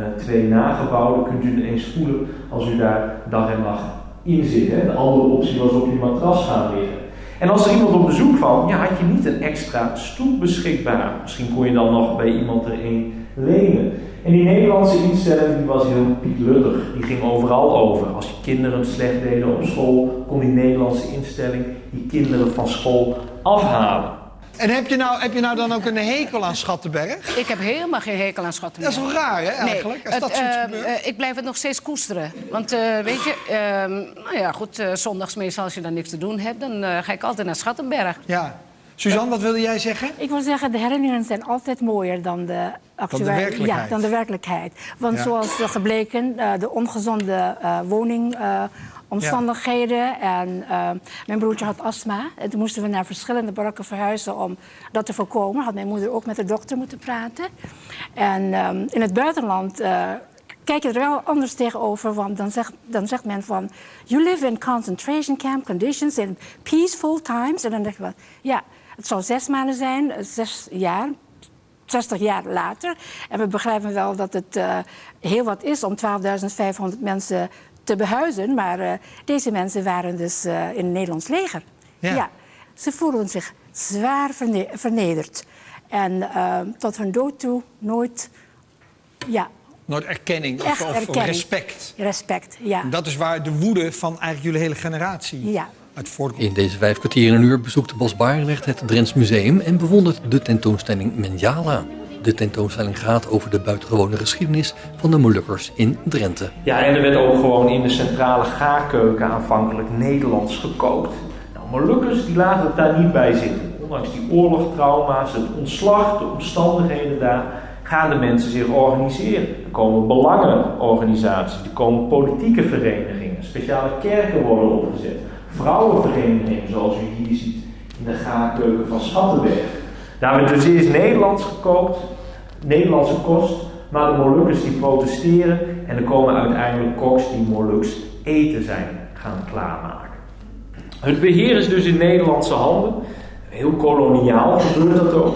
2 nagebouwde. Kunt u er eens voelen als u daar dag en nacht in zit. Hè? De andere optie was op uw matras gaan liggen. En als er iemand op bezoek kwam, ja, had je niet een extra stoel beschikbaar. Misschien kon je dan nog bij iemand er een lenen. En die Nederlandse instelling die was heel pietluttig. Die ging overal over. Als je kinderen slecht deden op school, kon die Nederlandse instelling die kinderen van school afhalen. En heb je nou dan ook een hekel aan Schattenberg? Ik heb helemaal geen hekel aan Schattenberg. Dat is wel raar, hè, eigenlijk? Nee, als dat zoiets gebeurt. Ik blijf het nog steeds koesteren. Want weet je, nou ja, goed, zondags meestal als je dan niks te doen hebt, dan ga ik altijd naar Schattenberg. Ja. Suzanne, wat wilde jij zeggen? Ik wil zeggen, de herinneringen zijn altijd mooier dan de werkelijkheid. Ja, dan de werkelijkheid. Want zoals gebleken, de ongezonde omstandigheden. En mijn broertje had astma. En toen moesten we naar verschillende barakken verhuizen om dat te voorkomen. Had mijn moeder ook met de dokter moeten praten. En in het buitenland kijk je er wel anders tegenover. Want dan zegt men van, you live in concentration camp conditions in peaceful times. En dan denk je van, ja, het zou 6 maanden zijn, 6 jaar. 60 jaar later. En we begrijpen wel dat het heel wat is om 12.500 mensen te behuizen. Maar deze mensen waren dus in het Nederlands leger. Ja, ze voelden zich zwaar vernederd. En tot hun dood toe nooit... Ja, nooit erkenning of respect. Respect, ja. En dat is waar de woede van eigenlijk jullie hele generatie uit voortkomt. In deze 5 kwartier en een uur bezoekt Bas Barendrecht het Drents Museum en bewondert de tentoonstelling Menjala. De tentoonstelling gaat over de buitengewone geschiedenis van de Molukkers in Drenthe. Ja, en er werd ook gewoon in de centrale gaarkeuken aanvankelijk Nederlands gekookt. Nou, Molukkers die laten het daar niet bij zitten. Ondanks die oorlogstrauma's, het ontslag, de omstandigheden daar, gaan de mensen zich organiseren. Er komen belangenorganisaties, er komen politieke verenigingen, speciale kerken worden opgezet. Vrouwenverenigingen, zoals u hier ziet in de gaarkeuken van Schattenberg. Daar werd dus eerst Nederlands gekookt, Nederlandse kost, maar de Molukkers die protesteren en er komen uiteindelijk koks die Moluks eten zijn gaan klaarmaken. Het beheer is dus in Nederlandse handen, heel koloniaal gebeurt dat ook.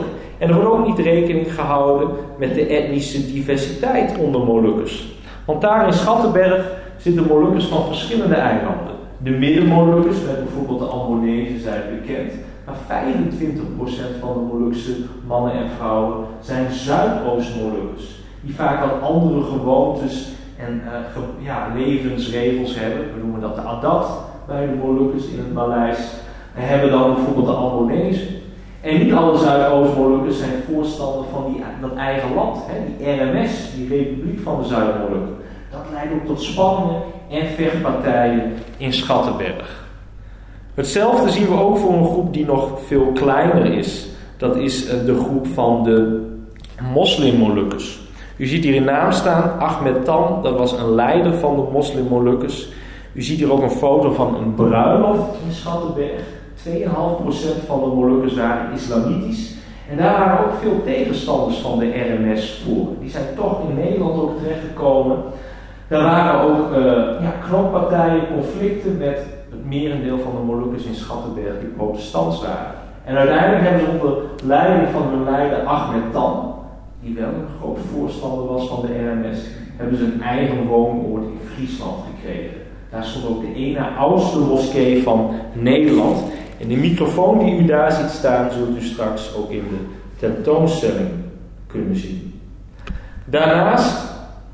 En er wordt ook niet rekening gehouden met de etnische diversiteit onder Molukkers. Want daar in Schattenberg zitten Molukkers van verschillende eilanden. De Midden-Molukkers, met bijvoorbeeld de Ambonezen, zijn bekend. Maar 25% van de Molukse mannen en vrouwen zijn Zuidoost-Molukkers. Die vaak al andere gewoontes en levensregels hebben. We noemen dat de Adat bij de Molukkers in het Maleis. En hebben dan bijvoorbeeld de Ambonezen. En niet alle Zuidoost-Molukkers zijn voorstander van dat eigen land. Die RMS, die Republiek van de Zuid-Molukken. Dat leidt ook tot spanningen en vechtpartijen in Schattenberg. Hetzelfde zien we ook voor een groep die nog veel kleiner is. Dat is de groep van de moslim-Molukkers. U ziet hier in naam staan, Ahmed Tan, dat was een leider van de moslim-Molukkers. U ziet hier ook een foto van een bruiloft in Schattenberg. 2,5% van de Molukkers waren islamitisch. En daar waren ook veel tegenstanders van de RMS voor. Die zijn toch in Nederland ook terechtgekomen. Daar waren ook knokpartijen, conflicten met het merendeel van de Molukkers in Schattenberg die protestants waren. En uiteindelijk hebben ze onder leiding van hun leider Ahmed Tan, die wel een groot voorstander was van de RMS, hebben ze een eigen woonoord in Friesland gekregen. Daar stond ook de ene oudste moskee van Nederland. En de microfoon die u daar ziet staan, zult u straks ook in de tentoonstelling kunnen zien. Daarnaast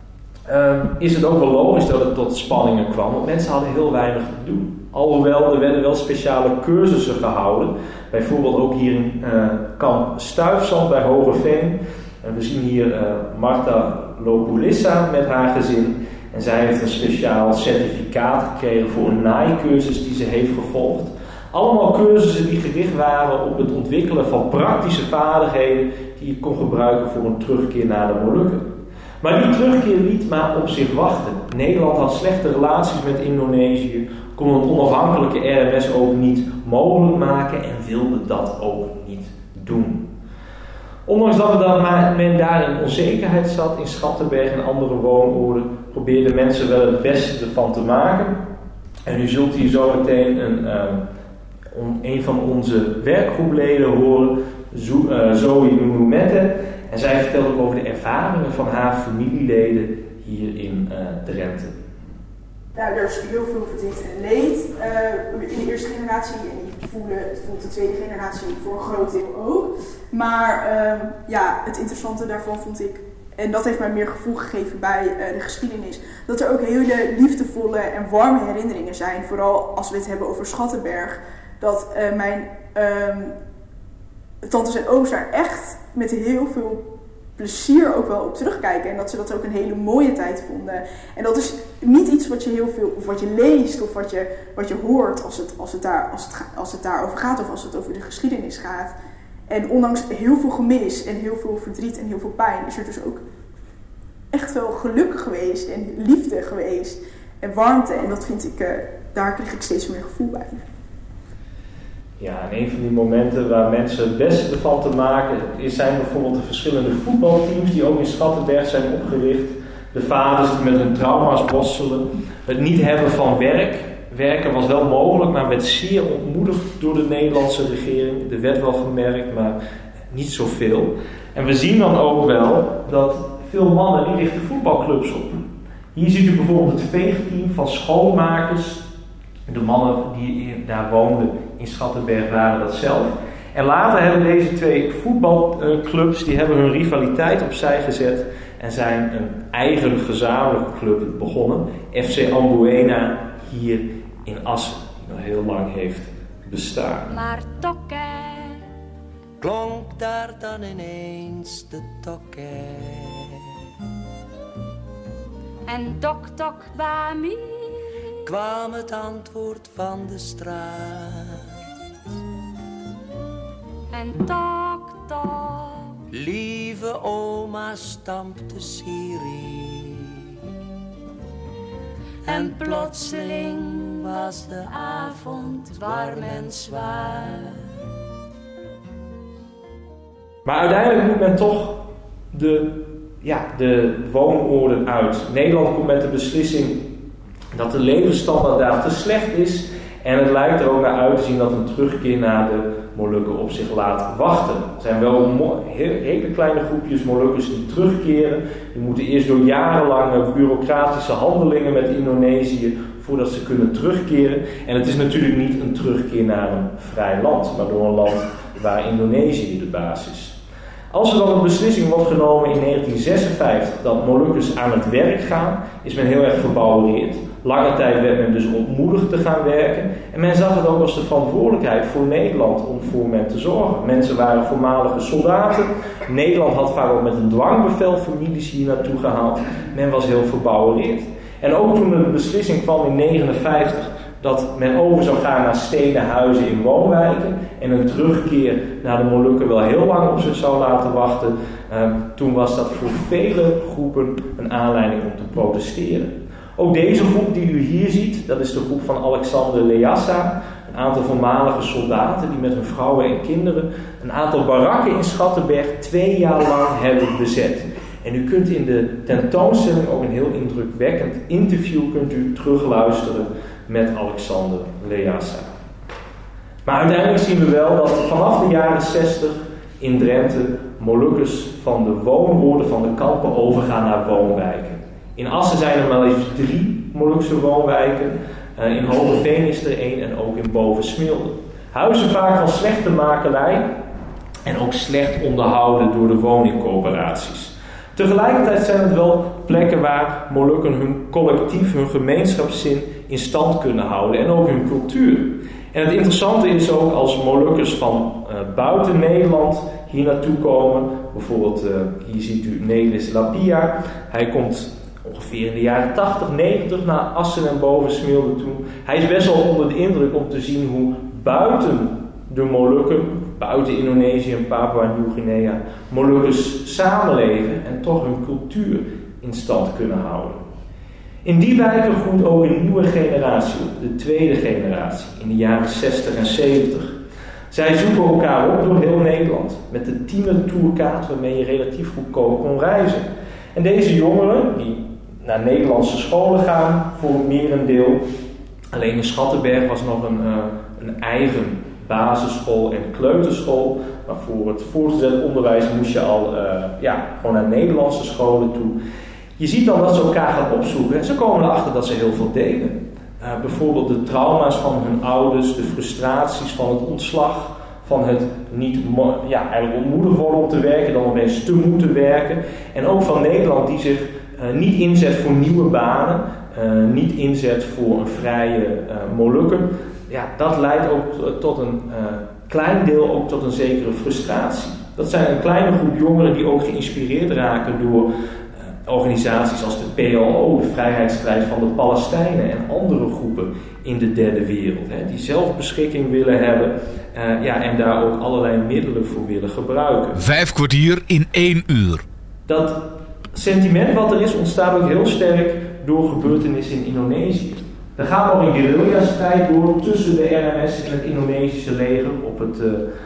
is het ook wel logisch dat het tot spanningen kwam, want mensen hadden heel weinig te doen. Alhoewel, er werden wel speciale cursussen gehouden. Bijvoorbeeld ook hier in kamp Stuifzand bij Hogeveen. En we zien hier Marta Lopulissa met haar gezin. En zij heeft een speciaal certificaat gekregen voor een naaicursus die ze heeft gevolgd. Allemaal cursussen die gericht waren op het ontwikkelen van praktische vaardigheden die je kon gebruiken voor een terugkeer naar de Molukken. Maar die terugkeer liet maar op zich wachten. Nederland had slechte relaties met Indonesië, kon een onafhankelijke RMS ook niet mogelijk maken en wilde dat ook niet doen. Ondanks dat men daar in onzekerheid zat in Schattenberg en andere woonoorden, probeerden mensen wel het beste ervan te maken. En u zult hier zo meteen een van onze werkgroepleden horen, Zoe Moumette. En zij vertelt ook over de ervaringen van haar familieleden hier in Drenthe. Nou, er is heel veel verdriet en leed in de eerste generatie. En die voelt de tweede generatie voor een groot deel ook. Maar het interessante daarvan vond ik, en dat heeft mij meer gevoel gegeven bij de geschiedenis, dat er ook hele liefdevolle en warme herinneringen zijn. Vooral als we het hebben over Schattenberg. Dat mijn tantes en ooms daar echt met heel veel plezier ook wel op terugkijken. En dat ze dat ook een hele mooie tijd vonden. En dat is niet iets wat je heel veel, of wat je leest, of wat je hoort als het daarover gaat, of als het over de geschiedenis gaat. En ondanks heel veel gemis en heel veel verdriet en heel veel pijn, is er dus ook echt wel geluk geweest en liefde geweest en warmte. En dat vind ik, daar krijg ik steeds meer gevoel bij. Ja, en een van die momenten waar mensen het beste van te maken zijn bijvoorbeeld de verschillende voetbalteams die ook in Schattenberg zijn opgericht. De vaders die met hun trauma's worstelen. Het niet hebben van werk. Werken was wel mogelijk, maar werd zeer ontmoedigd door de Nederlandse regering. Er werd wel gemerkt, maar niet zoveel. En we zien dan ook wel dat veel mannen die richten voetbalclubs op. Hier ziet u bijvoorbeeld het veegteam van schoonmakers. De mannen die daar woonden in Schattenberg waren dat zelf. En later hebben deze twee voetbalclubs die hebben hun rivaliteit opzij gezet en zijn een eigen gezamenlijke club begonnen. FC Amboena hier in Assen, die nog heel lang heeft bestaan. Maar tokke, klonk daar dan ineens de tokke. En tok tok bami, kwam het antwoord van de straat. En tok tok, lieve oma stampte Siri. En plotseling was de avond warm en zwaar. Maar uiteindelijk moet men toch de woonoorden uit. Nederland komt met de beslissing dat de levensstandaard daar te slecht is. En het lijkt er ook naar uit te zien dat een terugkeer naar de Molukken op zich laat wachten. Er zijn wel hele kleine groepjes Molukkers die terugkeren. Die moeten eerst door jarenlange bureaucratische handelingen met Indonesië voordat ze kunnen terugkeren. En het is natuurlijk niet een terugkeer naar een vrij land, maar door een land waar Indonesië de baas is. Als er dan een beslissing wordt genomen in 1956 dat Molukkers aan het werk gaan, is men heel erg verbouwereerd. Lange tijd werd men dus ontmoedigd te gaan werken. En men zag het ook als de verantwoordelijkheid voor Nederland om voor men te zorgen. Mensen waren voormalige soldaten. Nederland had vaak ook met een dwangbevel families hier naartoe gehaald. Men was heel verbouwereerd. En ook toen de beslissing kwam in 1959 dat men over zou gaan naar steden, huizen in woonwijken en een terugkeer naar de Molukken wel heel lang op zich zou laten wachten, toen was dat voor vele groepen een aanleiding om te protesteren. Ook deze groep die u hier ziet, dat is de groep van Alexander Leassa, een aantal voormalige soldaten die met hun vrouwen en kinderen een aantal barakken in Schattenberg 2 jaar lang hebben bezet. En u kunt in de tentoonstelling ook een heel indrukwekkend interview kunt u terugluisteren met Alexander Leassa. Maar uiteindelijk zien we wel dat vanaf de jaren 60 in Drenthe Molukkers van de woonwoorden van de kampen overgaan naar woonwijken. In Assen zijn er maar liefst 3 Molukse woonwijken. In Hogeveen is er 1 en ook in Bovensmilde. Huizen vaak van slechte makelij en ook slecht onderhouden door de woningcoöperaties. Tegelijkertijd zijn het wel plekken waar Molukken hun collectief, hun gemeenschapszin in stand kunnen houden en ook hun cultuur. En het interessante is ook als Molukkers van buiten Nederland hier naartoe komen. Bijvoorbeeld hier ziet u Nelis Lapia. Hij komt ongeveer in de jaren 80, 90 naar Assen en Bovensmilde toe. Hij is best wel onder de indruk om te zien hoe buiten de Molukken, buiten Indonesië en Papua-Nieuw-Guinea, Molukkers samenleven en toch hun cultuur in stand kunnen houden. In die wijken groeit ook een nieuwe generatie op, de tweede generatie, in de jaren 60 en 70. Zij zoeken elkaar op door heel Nederland, met de Tiener-tourkaart waarmee je relatief goedkoop kon reizen. En deze jongeren, die naar Nederlandse scholen gaan, voor het merendeel, alleen in Schattenberg was nog een eigen basisschool en kleuterschool, maar voor het voortgezet onderwijs moest je al gewoon naar Nederlandse scholen toe. Je ziet dan dat ze elkaar gaan opzoeken en ze komen erachter dat ze heel veel delen. Bijvoorbeeld de trauma's van hun ouders, de frustraties van het ontslag, van het niet eigenlijk ontmoedigd worden om te werken, dan opeens te moeten werken. En ook van Nederland die zich niet inzet voor nieuwe banen, niet inzet voor een vrije Molukken. Ja, dat leidt ook tot een klein deel ook tot een zekere frustratie. Dat zijn een kleine groep jongeren die ook geïnspireerd raken door organisaties als de PLO, de vrijheidsstrijd van de Palestijnen en andere groepen in de derde wereld. Die zelfbeschikking willen hebben en daar ook allerlei middelen voor willen gebruiken. 5 kwartier in 1 uur. Dat sentiment wat er is ontstaat ook heel sterk door gebeurtenissen in Indonesië. Er gaat nog een guerrilla-strijd door tussen de RMS en het Indonesische leger op het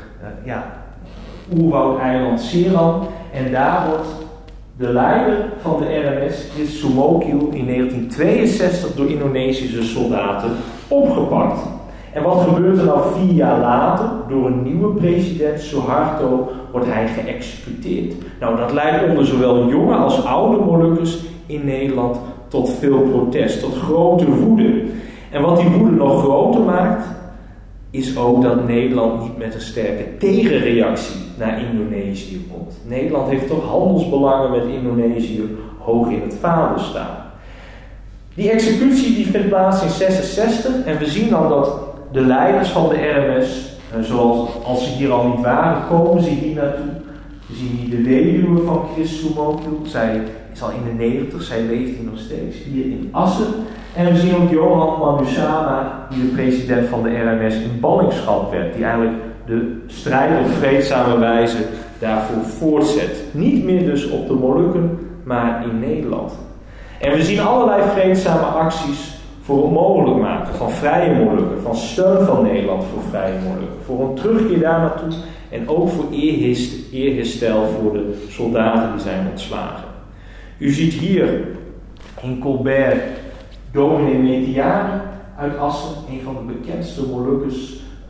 oerwoudeiland Seram. En daar wordt de leider van de RMS, Chris Sumokil, in 1962 door Indonesische soldaten opgepakt. En wat gebeurt er nou 4 jaar later? Door een nieuwe president, Suharto, wordt hij geëxecuteerd. Nou, dat leidt onder zowel jonge als oude Molukkers in Nederland tot veel protest, tot grote woede. En wat die woede nog groter maakt, is ook dat Nederland niet met een sterke tegenreactie naar Indonesië komt. Nederland heeft toch handelsbelangen met Indonesië hoog in het vaandel staan. Die executie die vindt plaats in 1966 en we zien dan dat de leiders van de RMS, zoals als ze hier al niet waren, komen ze hier naartoe. We zien hier de weduwe van Chris Sumokil. Zij is al in de 90, zij leeft hier nog steeds, hier in Assen. En we zien ook Johan Manusama, die de president van de RMS in ballingschap werd, die eigenlijk de strijd op vreedzame wijze daarvoor voortzet. Niet meer dus op de Molukken, maar in Nederland. En we zien allerlei vreedzame acties voor het mogelijk maken van vrije Molukken, van steun van Nederland voor vrije Molukken, voor een terugkeer daar naartoe en ook voor eerherstel voor de soldaten die zijn ontslagen. U ziet hier in Colbert dominee Metiare uit Assen, een van de bekendste Molukkers,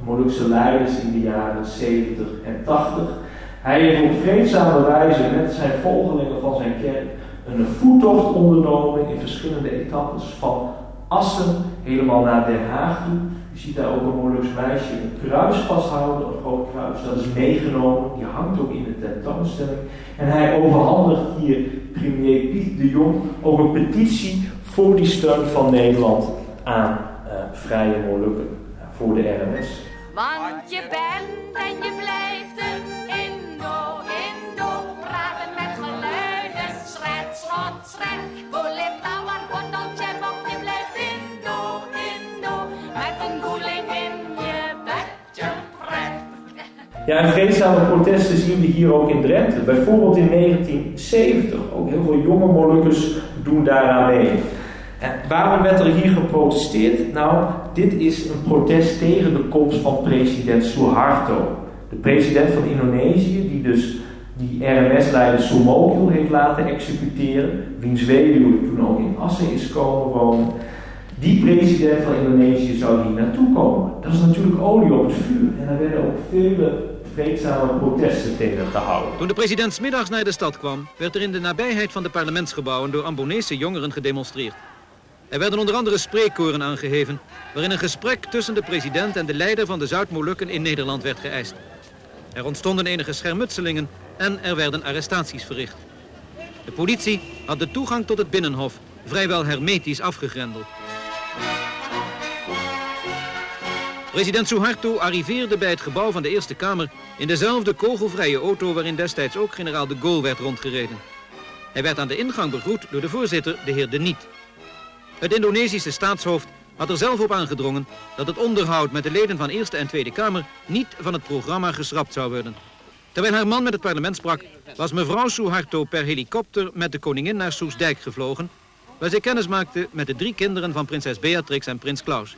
Molukse leiders in de jaren 70 en 80. Hij heeft op vreedzame wijze met zijn volgelingen van zijn kerk een voettocht ondernomen in verschillende etappes van Assen helemaal naar Den Haag toe. Je ziet daar ook een Moluks meisje een kruis vasthouden, een groot kruis. Dat is meegenomen, die hangt ook in de tentoonstelling. En hij overhandigt hier premier Piet de Jong ook een petitie voor die steun van Nederland aan vrije Molukken, voor de RMS. Want je bent en je blijft een Indo, praten met geluiden, schret, schot, schret, boelim, tawar, bottel, tjebok, je blijft Indo, met een goeling in je bedje pret. Ja, en vreedzame protesten zien we hier ook in Drenthe. Bijvoorbeeld in 1970, ook heel veel jonge Molukkers doen daaraan mee. En waarom werd er hier geprotesteerd? Nou, dit is een protest tegen de komst van president Suharto. De president van Indonesië, die dus die RMS-leider Soemokil heeft laten executeren, wiens weduwe toen ook in Assen is komen wonen. Die president van Indonesië zou hier naartoe komen. Dat is natuurlijk olie op het vuur. En er werden ook vele vreedzame protesten tegen gehouden. Toen de president 's middags naar de stad kwam, werd er in de nabijheid van de parlementsgebouwen door Ambonese jongeren gedemonstreerd. Er werden onder andere spreekkoren aangeheven, waarin een gesprek tussen de president en de leider van de Zuid-Molukken in Nederland werd geëist. Er ontstonden enige schermutselingen en er werden arrestaties verricht. De politie had de toegang tot het Binnenhof vrijwel hermetisch afgegrendeld. President Suharto arriveerde bij het gebouw van de Eerste Kamer in dezelfde kogelvrije auto waarin destijds ook generaal de Gaulle werd rondgereden. Hij werd aan de ingang begroet door de voorzitter, de heer De Niet. Het Indonesische staatshoofd had er zelf op aangedrongen dat het onderhoud met de leden van Eerste en Tweede Kamer niet van het programma geschrapt zou worden. Terwijl haar man met het parlement sprak, was mevrouw Suharto per helikopter met de koningin naar Soestdijk gevlogen, waar zij kennis maakte met de 3 kinderen van prinses Beatrix en prins Klaus.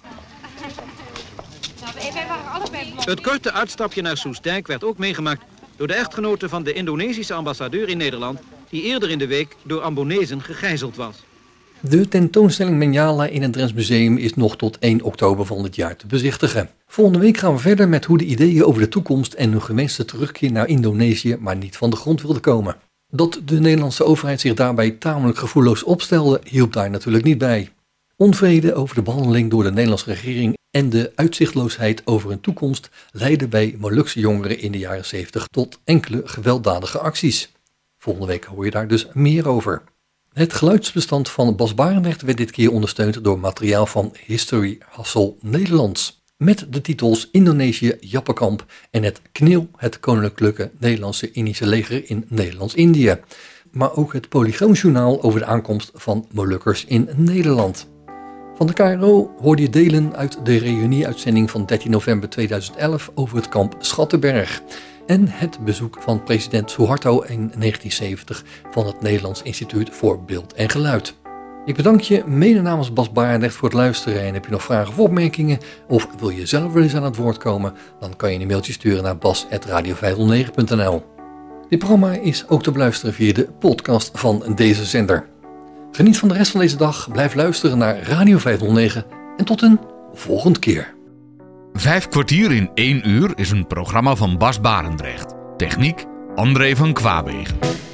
Het korte uitstapje naar Soestdijk werd ook meegemaakt door de echtgenote van de Indonesische ambassadeur in Nederland, die eerder in de week door Ambonezen gegijzeld was. De tentoonstelling Menjala in het Drents Museum is nog tot 1 oktober van dit jaar te bezichtigen. Volgende week gaan we verder met hoe de ideeën over de toekomst en hun gewenste terugkeer naar Indonesië maar niet van de grond wilden komen. Dat de Nederlandse overheid zich daarbij tamelijk gevoelloos opstelde, hielp daar natuurlijk niet bij. Onvrede over de behandeling door de Nederlandse regering en de uitzichtloosheid over hun toekomst leidden bij Molukse jongeren in de jaren 70 tot enkele gewelddadige acties. Volgende week hoor je daar dus meer over. Het geluidsbestand van Bas Barendrecht werd dit keer ondersteund door materiaal van History Hassel Nederlands. Met de titels Indonesië, Jappenkamp en het KNIL, het Koninklijke Nederlandse Indische Leger in Nederlands-Indië. Maar ook het Polygoonjournaal over de aankomst van Molukkers in Nederland. Van de KRO hoorde je delen uit de reunieuitzending van 13 november 2011 over het kamp Schattenberg. En het bezoek van president Suharto in 1970 van het Nederlands Instituut voor Beeld en Geluid. Ik bedank je mede namens Bas Barendrecht voor het luisteren. En heb je nog vragen of opmerkingen of wil je zelf wel eens aan het woord komen, dan kan je een mailtje sturen naar bas@radio509.nl. Dit programma is ook te beluisteren via de podcast van deze zender. Geniet van de rest van deze dag, blijf luisteren naar Radio 509 en tot een volgende keer. 5 kwartier in 1 uur is een programma van Bas Barendrecht. Techniek André van Kwaabegen.